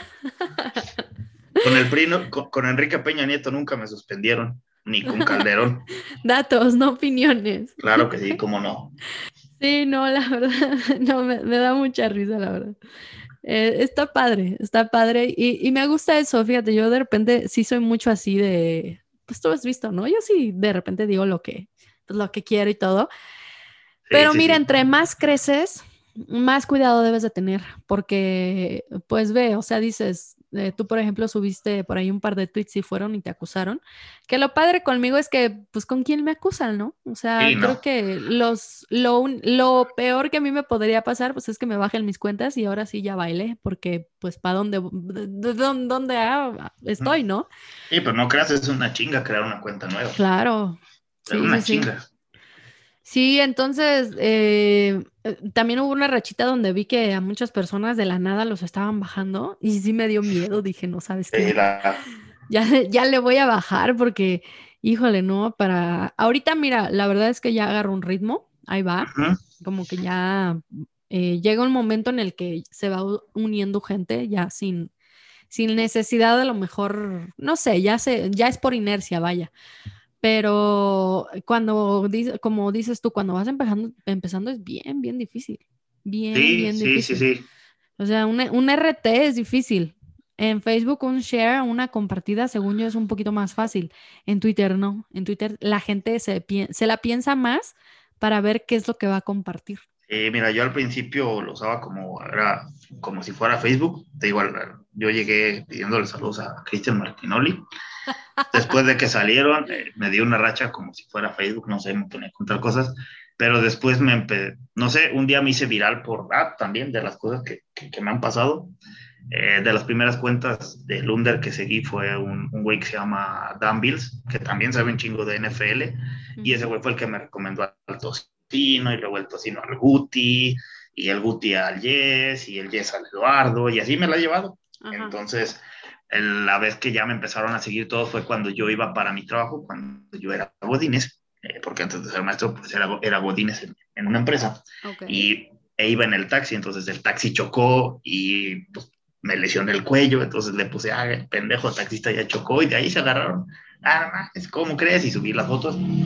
Con el P R I, no, con, con Enrique Peña Nieto nunca me suspendieron, ni con Calderón. Datos, no opiniones. Claro que sí, cómo no. Sí, no, la verdad, no, me, me da mucha risa, la verdad. Eh, está padre, está padre, y, y me gusta eso, fíjate, yo de repente sí soy mucho así de, pues tú has visto, ¿no? Yo sí de repente digo lo que, pues, lo que quiero y todo, sí, pero sí, mira, sí. Entre más creces, más cuidado debes de tener, porque pues ve, o sea, dices, eh, tú por ejemplo subiste por ahí un par de tweets y fueron y te acusaron, que lo padre conmigo es que pues con quién me acusan, ¿no? O sea, sí, creo no. que los, lo, lo peor que a mí me podría pasar pues es que me bajen mis cuentas y ahora sí ya bailé, porque pues para dónde, dónde, dónde ah, estoy, ¿no? Sí, pero no creas, es una chinga crear una cuenta nueva. Claro. Es sí, una sí, chinga. Sí. Sí, entonces eh, también hubo una rachita donde vi que a muchas personas de la nada los estaban bajando y sí me dio miedo, dije, no, ¿sabes qué? La... Ya, ya le voy a bajar porque, híjole, no, para... Ahorita, mira, la verdad es que ya agarro un ritmo, ahí va, uh-huh. Como que ya eh, llega un momento en el que se va uniendo gente ya sin, sin necesidad, a lo mejor, no sé, ya, se, ya es por inercia, vaya. Pero cuando, como dices tú, cuando vas empezando, empezando es bien, bien difícil. Bien, sí, bien sí, difícil. Sí, sí, sí. O sea, un, un R T es difícil. En Facebook un share, una compartida, según yo, es un poquito más fácil. En Twitter no. En Twitter la gente se, se la piensa más para ver qué es lo que va a compartir. Eh, mira, yo al principio lo usaba como, era, como si fuera Facebook. Te igual, yo llegué pidiéndole saludos a Cristian Martinoli. Después de que salieron, eh, me dio una racha como si fuera Facebook, no sé, me ponía a contar cosas, pero después me empecé, no sé, un día me hice viral por rap también, de las cosas que, que, que me han pasado. Eh, de las primeras cuentas de Lunder que seguí fue un, un güey que se llama Dan Bills, que también sabe un chingo de N F L, uh-huh. Y ese güey fue el que me recomendó al Tocino, y luego el Tocino al Guti, y el Guti al Yes, y el Yes al Eduardo, y así me la he llevado. Uh-huh. Entonces... la vez que ya me empezaron a seguir todos fue cuando yo iba para mi trabajo, cuando yo era godínez, eh, porque antes de ser maestro pues era, era godínez en, en una empresa, okay. Y e iba en el taxi, entonces el taxi chocó y pues, me lesioné el cuello, entonces le puse, ah, el pendejo taxista ya chocó, y de ahí se agarraron, ah, ¿cómo crees? Y subí las fotos,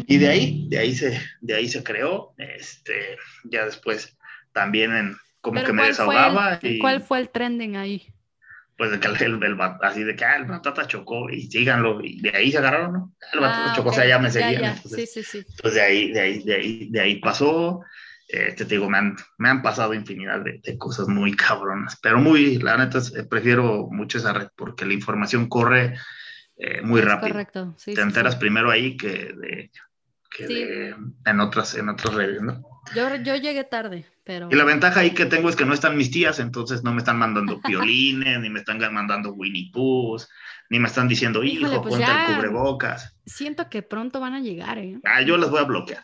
Y de ahí, de ahí se, de ahí se creó, este, ya después también en, como Pero que me ¿cuál desahogaba. fue el, y ¿cuál fue el trending ahí? pues de que el, el, el así de que ah, el Batata chocó y síganlo, y de ahí se agarraron, ¿no? El Batata Ah, chocó, ok, o sea, ya me ya, seguían, ya, sí, entonces, sí, sí. entonces de ahí, de ahí, de ahí, de ahí pasó. Este, te digo, me han, me han pasado infinidad de, de cosas muy cabronas, pero muy, la neta, es, prefiero mucho esa red porque la información corre eh, muy Es rápido. correcto, sí, Te sí, enteras sí. primero ahí que, de, que Sí, de, en, otras, en otras redes, ¿no? yo, yo llegué tarde, Y la pero... ventaja ahí que tengo es que no están mis tías, entonces no me están mandando piolines, ni me están mandando Winnie Pooh, ni me están diciendo, Híjole, hijo, pues ponte el ya cubrebocas. siento que pronto van a llegar, ¿eh? Ah, yo las voy a bloquear.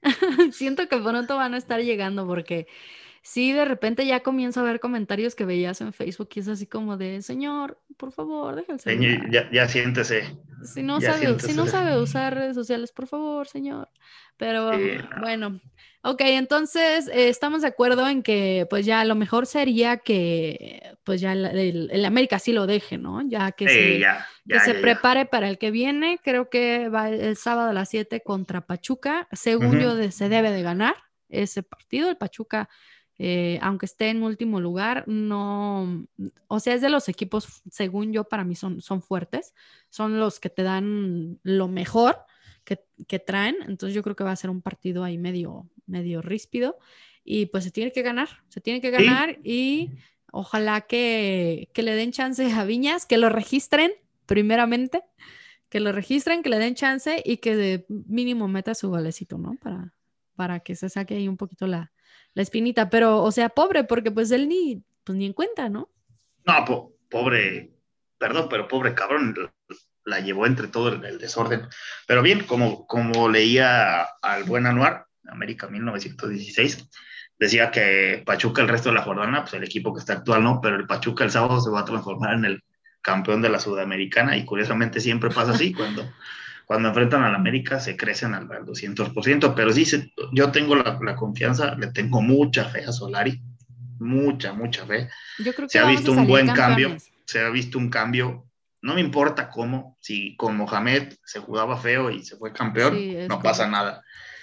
Siento que pronto van a estar llegando porque sí, de repente ya comienzo a ver comentarios que veías en Facebook y es así como de, señor, por favor, deja el celular. Ya, ya siéntese. Si no Ya sabe, si no siéntese. sabe usar redes sociales, por favor, señor. Pero Sí, no. bueno, ok, entonces eh, estamos de acuerdo en que pues ya lo mejor sería que pues ya el, el- el América sí lo deje, ¿no? Ya que Sí, se, ya, que ya, se ya, ya. prepare para el que viene. Creo que va el sábado a las siete contra Pachuca. Según Ujú. yo, de- se debe de ganar ese partido. El Pachuca, eh, aunque esté en último lugar, no, o sea, es de los equipos, según yo, para mí son, son fuertes, son los que te dan lo mejor que, que traen, entonces yo creo que va a ser un partido ahí medio, medio ríspido y pues se tiene que ganar, se tiene que Sí, ganar y ojalá que, que le den chance a Viñas, que lo registren primeramente, que lo registren, que le den chance y que de mínimo meta su golecito, ¿no? Para, para que se saque ahí un poquito la, la espinita, pero o sea, pobre, porque pues él ni, pues ni en cuenta, ¿no? no, po- pobre, perdón, pero pobre cabrón, la llevó entre todo el, el desorden. Pero bien, como, como leía al buen Anuar, América mil novecientos dieciséis, decía que Pachuca el resto de la jornada, pues el equipo que está actual no, pero el Pachuca el sábado se va a transformar en el campeón de la Sudamericana y curiosamente siempre pasa así, cuando, cuando enfrentan al América se crecen al, al doscientos por ciento, pero sí, se, yo tengo la, la confianza, le tengo mucha fe a Solari, mucha, mucha fe. Yo creo Se que ha vamos a visto un salir buen cambio, campeones. se ha visto un cambio, no me importa cómo, si con Mohamed se jugaba feo y se fue campeón, Sí, es no pasa correcto. nada.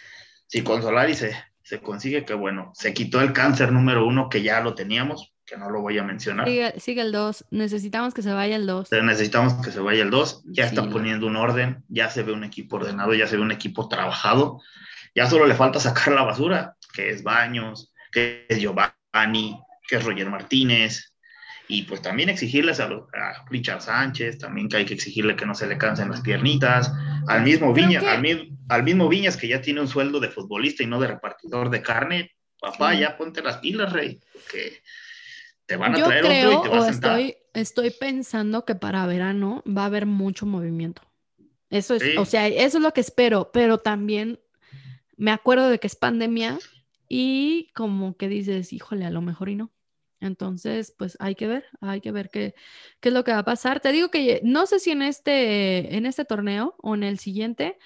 Si con Solari se, se consigue que, bueno, se quitó el cáncer número uno, que ya lo teníamos, que no lo voy a mencionar, Sigue, sigue el dos. Necesitamos que se vaya el dos. pero necesitamos que se vaya el dos, ya Sí, está la- poniendo un orden, ya se ve un equipo ordenado, ya se ve un equipo trabajado, ya solo le falta sacar la basura, que es Baños, que es Giovanni, que es Roger Martínez, y pues también exigirles a, lo, a Richard Sánchez, también que hay que exigirle que no se le cansen las piernitas, al mismo Creo Viñas, que- al, mi- al mismo Viñas que ya tiene un sueldo de futbolista y no de repartidor de carne, papá, Sí. ya ponte las pilas, rey, porque te van a Yo traer otro creo y te va o a sentar. estoy, estoy pensando que para verano va a haber mucho movimiento. Eso es, Sí. o sea, eso es lo que espero, pero también me acuerdo de que es pandemia y como que dices, híjole, a lo mejor y no. Entonces, pues hay que ver, hay que ver qué, qué es lo que va a pasar. Te digo que no sé si en este, en este torneo o en el siguiente,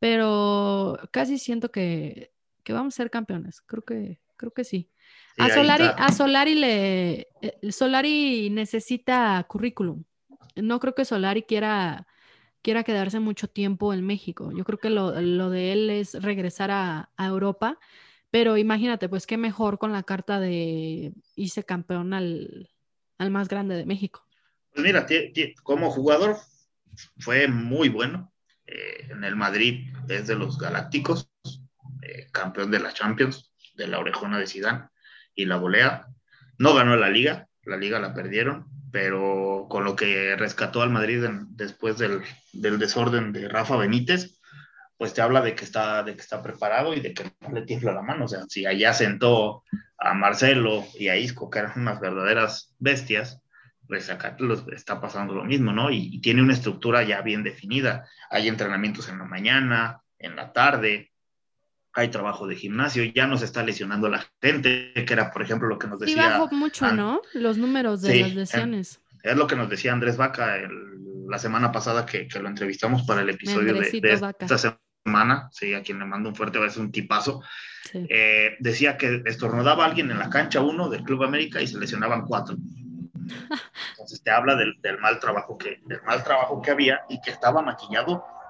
pero casi siento que, que vamos a ser campeones. Creo que, creo que sí. Sí, A ahí Solari, está. a Solari le, eh, Solari necesita currículum. No creo que Solari quiera, quiera quedarse mucho tiempo en México. Yo creo que lo, lo de él es regresar a, a Europa, pero imagínate, pues qué mejor con la carta de irse campeón al, al más grande de México. Pues mira, tie- tie- como jugador fue muy bueno. Eh, en el Madrid es de los Galácticos, eh, campeón de la Champions, de la orejona de Zidane, y la volea. No ganó la Liga, la Liga la perdieron, pero con lo que rescató al Madrid en, después del, del desorden de Rafa Benítez, pues te habla de que está, de que está preparado y de que no le tiembla la mano. O sea, si allá sentó a Marcelo y a Isco, que eran unas verdaderas bestias, pues acá los está pasando lo mismo, ¿no? Y, y tiene una estructura ya bien definida. Hay entrenamientos en la mañana, en la tarde, hay trabajo de gimnasio, ya no se está lesionando la gente, que era, por ejemplo, lo que nos Sí decía... bajó mucho, An- ¿no? Los números de Sí, las lesiones. es lo que nos decía Andrés Vaca el- la semana pasada que, que lo entrevistamos para el episodio de, Andresito de Vaca. esta semana, sí, a quien le mando un fuerte beso, un tipazo. Sí. Eh, decía que estornudaba a alguien en la cancha uno del Club América y se lesionaban cuatro. Entonces te habla del, del mal trabajo que, del mal trabajo que había y que estaba maquillado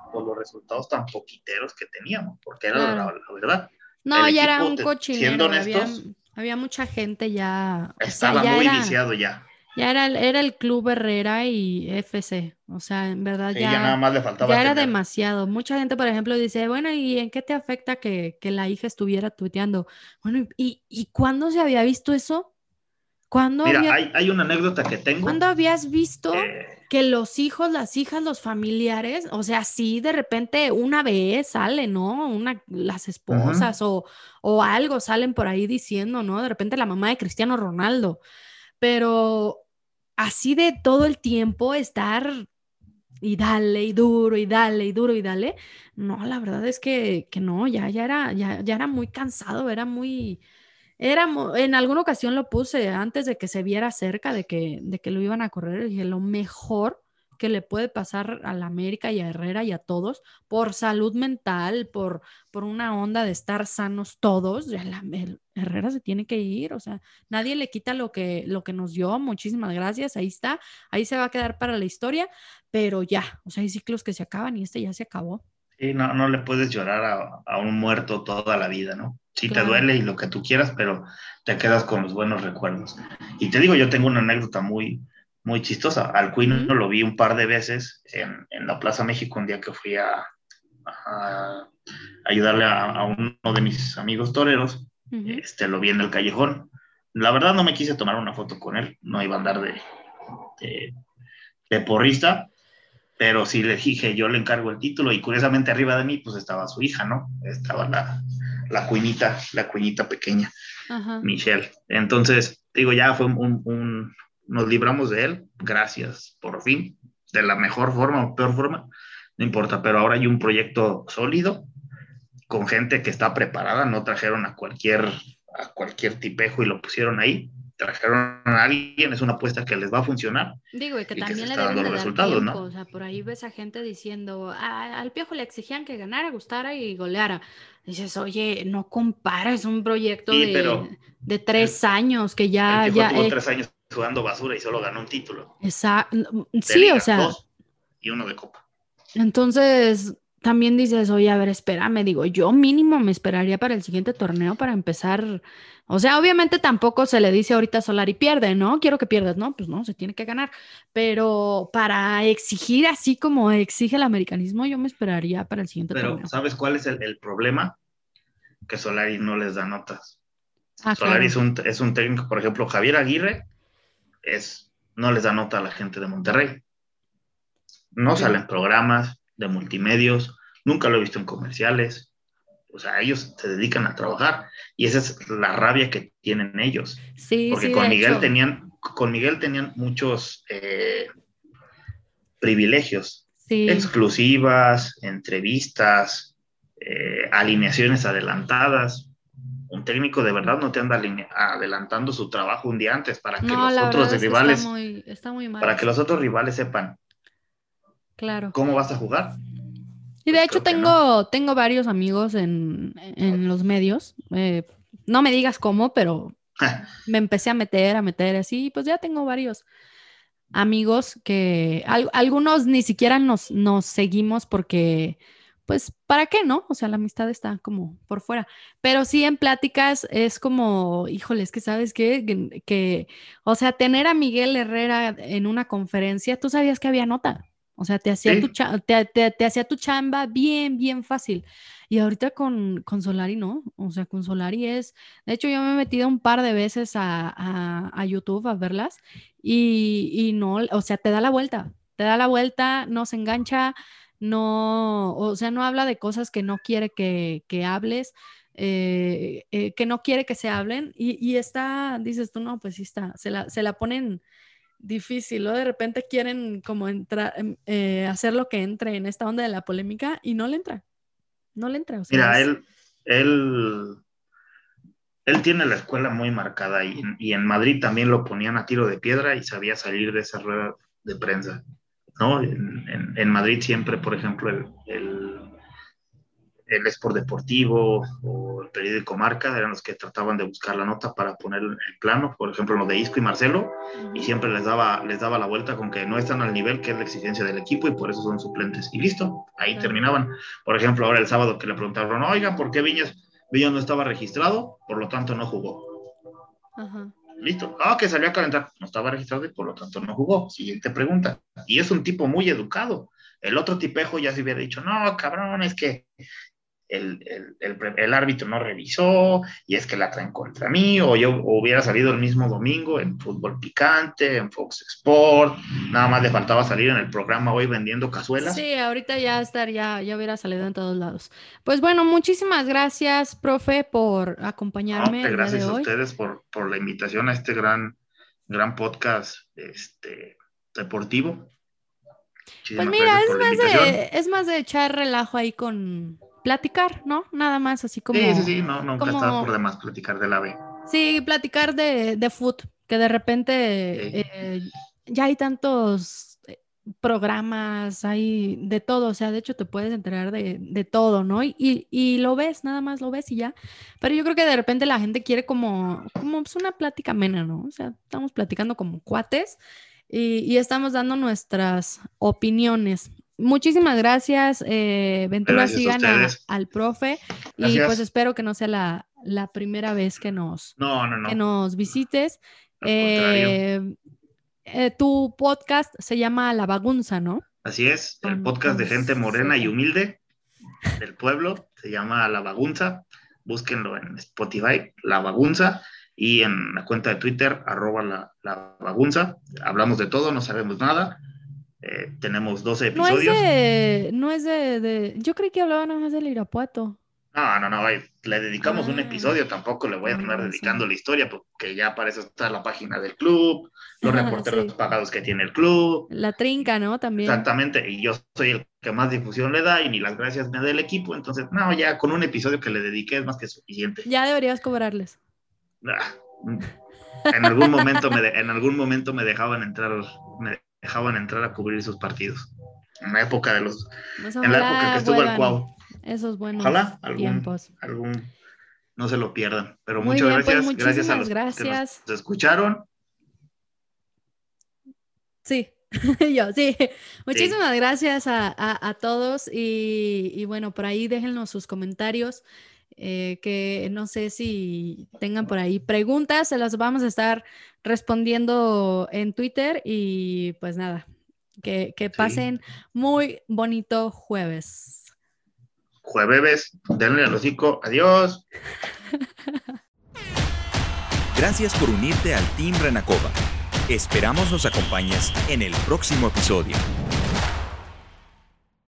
por los resultados tan poquiteros que teníamos, porque era Claro. la, la verdad. No, El ya era equipo, un te- cochinero. siendo Había, honestos, había mucha gente ya. O sea, estaba ya muy era, viciado ya. ya era, el- era el Club Herrera y F C. O sea, en verdad Sí, ya nada ya, más le ya faltaba era tener. demasiado. Mucha gente, por ejemplo, dice, bueno, ¿y en qué te afecta que, que la hija estuviera tuiteando? Bueno, ¿y, y cuándo se había visto eso? ¿Cuándo Mira, había, hay, hay una anécdota que tengo. ¿cuándo habías visto eh, que los hijos, las hijas, los familiares, o sea, sí, de repente una vez sale, ¿no? Una, las esposas ujú. o, o algo salen por ahí diciendo, ¿no? De repente la mamá de Cristiano Ronaldo, pero así de todo el tiempo estar y dale y duro y dale y duro y dale, no, la verdad es que, que no, ya, ya era, ya, ya era muy cansado, era muy, era, mu- en alguna ocasión lo puse antes de que se viera cerca de que, de que lo iban a correr, dije, lo mejor que le puede pasar a la América y a Herrera y a todos, por salud mental, por, por una onda de estar sanos todos, ya la- el- Herrera se tiene que ir, o sea, nadie le quita lo que, lo que nos dio, muchísimas gracias, ahí está, ahí se va a quedar para la historia, pero ya, o sea, hay ciclos que se acaban y este ya se acabó. Sí, no, no le puedes llorar a, a un muerto toda la vida, ¿no? Sí te Claro. duele y lo que tú quieras, pero te quedas con los buenos recuerdos. Y te digo, yo tengo una anécdota muy, muy chistosa. Al Queen Ujú, lo vi un par de veces en, en la Plaza México un día que fui a, a ayudarle a, a uno de mis amigos toreros. ujú. Este, lo vi en el callejón. La verdad no me quise tomar una foto con él, no iba a andar de, de, de porrista, pero sí le dije, yo le encargo el título y curiosamente arriba de mí pues estaba su hija, ¿no? Estaba la, la cuinita, la cuinita pequeña, Ajá. Michelle. Entonces, digo, ya fue un, un, nos libramos de él, gracias, por fin, de la mejor forma o peor forma, no importa, pero ahora hay un proyecto sólido, con gente que está preparada, no trajeron a cualquier, a cualquier tipejo y lo pusieron ahí, trajeron a alguien, es una apuesta que les va a funcionar Digo, y que y que se también le está dando deben de los dar resultados, tiempo, o ¿no? sea, por ahí ves a gente diciendo, "Ah, al Piojo le exigían que ganara, gustara y goleara". Dices, oye, no compares un proyecto Sí, pero de, de el, tres años que el ya, Piojo ya, tuvo eh, tres años jugando basura y solo ganó un título esa, de sí, o liga, sea, dos y uno de copa. entonces también dices, oye, a ver, espérame, digo, yo mínimo me esperaría para el siguiente torneo para empezar. O sea, obviamente tampoco se le dice ahorita a Solari pierde, ¿no? Quiero que pierdas, ¿no? Pues no, se tiene que ganar. Pero para exigir así como exige el americanismo, yo me esperaría para el siguiente Pero torneo. ¿sabes cuál es el, el problema? Que Solari no les da notas. Ah, Solari claro. es un, es un técnico, por ejemplo, Javier Aguirre es, no les da nota a la gente de Monterrey. No Sí, salen programas de multimedios, nunca lo he visto en comerciales. O sea, ellos se dedican a trabajar y esa es la rabia que tienen ellos. sí, Porque sí, con de Miguel hecho. tenían, con Miguel tenían muchos eh, privilegios, Sí. exclusivas, entrevistas, eh, alineaciones adelantadas. Un técnico de verdad no te anda aline- adelantando su trabajo un día antes para que No, los la otros verdad es que está rivales, muy, está muy mal para que eso. los otros rivales sepan Claro. cómo vas a jugar. Y de Pues hecho creo que no. tengo, tengo varios amigos en, en los medios. Eh, no me digas cómo, pero me empecé a meter, a meter así, pues ya tengo varios amigos que al- algunos ni siquiera nos, nos seguimos porque, pues, ¿para qué no? O sea, la amistad está como por fuera. Pero sí en pláticas es como, híjole, es que sabes qué, que, que, o sea, tener a Miguel Herrera en una conferencia, tú sabías que había nota. O sea, te hacía tu, Sí, cha- te, te- te hacía tu chamba bien, bien fácil. Y ahorita con, con Solari no. O sea, con Solari es. De hecho, yo me he metido un par de veces a, a, a YouTube a verlas y, y no, o sea, te da la vuelta, te da la vuelta, no se engancha, no, o sea, no habla de cosas que no quiere que, que hables, eh, eh, que no quiere que se hablen y, y está, dices tú, no, pues sí está, se la, se la ponen difícil, ¿no? De repente quieren como entrar, em, eh, hacer lo que entre en esta onda de la polémica y no le entra, no le entra, o sea, mira, es, él, él, él tiene la escuela muy marcada y en, y en Madrid también lo ponían a tiro de piedra y sabía salir de esa rueda de prensa, ¿no? En, en, en Madrid siempre, por ejemplo, el, el el Sport Deportivo o el periódico Marca eran los que trataban de buscar la nota para poner el plano, por ejemplo, los de Isco y Marcelo, y siempre les daba, les daba la vuelta con que no están al nivel que es la exigencia del equipo y por eso son suplentes. Y listo, ahí claro. terminaban. Por ejemplo, ahora el sábado que le preguntaron, oiga, ¿por qué Viñas, Viñas no estaba registrado? Por lo tanto, no jugó. Ajá. Listo. Ah, que salió a calentar. No estaba registrado y por lo tanto no jugó. Siguiente pregunta. Y es un tipo muy educado. El otro tipejo ya se hubiera dicho, no, cabrón, es que el, el, el, el árbitro no revisó y es que la traen contra mí, o yo hubiera salido el mismo domingo en Fútbol Picante, en Fox Sport, nada más le faltaba salir en el programa Hoy Vendiendo Cazuelas. Sí, ahorita ya estaría, ya hubiera salido en todos lados. Pues bueno, muchísimas gracias, profe, por acompañarme. No, gracias el día de a hoy. ustedes por, por la invitación a este gran, gran podcast este, deportivo. Pues mira, es más, de, es más de echar relajo ahí con platicar, ¿no? Nada más así como... Sí, sí, sí, no, nunca como, está por demás platicar de la B. Sí, platicar de, de foot, que de repente sí. eh, ya hay tantos programas, hay de todo, o sea, de hecho te puedes enterar de, de todo, ¿no? Y, y, y lo ves, nada más lo ves y ya. Pero yo creo que de repente la gente quiere como, como pues una plática amena, ¿no? O sea, estamos platicando como cuates. Y, y estamos dando nuestras opiniones. Muchísimas gracias, eh, Ventura, gracias sigan a, al profe gracias. Y pues espero que no sea la, la primera vez que nos, no, no, no. Que nos visites. Eh, eh, tu podcast se llama La Bagunza, ¿no? Así es, el podcast de gente morena y humilde del pueblo se llama La Bagunza. Búsquenlo en Spotify, La Bagunza. Y en la cuenta de Twitter, arroba la, la bagunza. Hablamos de todo, no sabemos nada. Eh, tenemos doce episodios. No es de... No es de, de... Yo creí que hablaban nada más del Irapuato. No, no, no. Le dedicamos ah, un episodio. Tampoco le voy a andar no, dedicando sí. la historia, porque ya para eso está la página del club, los reporteros sí. pagados que tiene el club. La trinca, ¿no? También. Exactamente. Y yo soy el que más difusión le da y ni las gracias me da el equipo. Entonces, no, ya con un episodio que le dediqué es más que suficiente. Ya deberías cobrarles. En algún momento me de, en algún momento me dejaban entrar me dejaban entrar a cubrir sus partidos en la época de los pues en la época que estuvo el Cuau. Esos buenos ojalá algún, tiempos algún no se lo pierdan, pero muy muchas bien, gracias pues, gracias a los gracias. que nos escucharon. Sí, yo sí. Muchísimas sí. gracias a, a, a todos y, y bueno, por ahí déjennos sus comentarios. Eh, que no sé si tengan por ahí preguntas, se las vamos a estar respondiendo en Twitter y pues nada, que, que pasen sí. muy bonito jueves. Jueves, denle al hocico, adiós. Gracias por unirte al Team Renacova. Esperamos nos acompañes en el próximo episodio.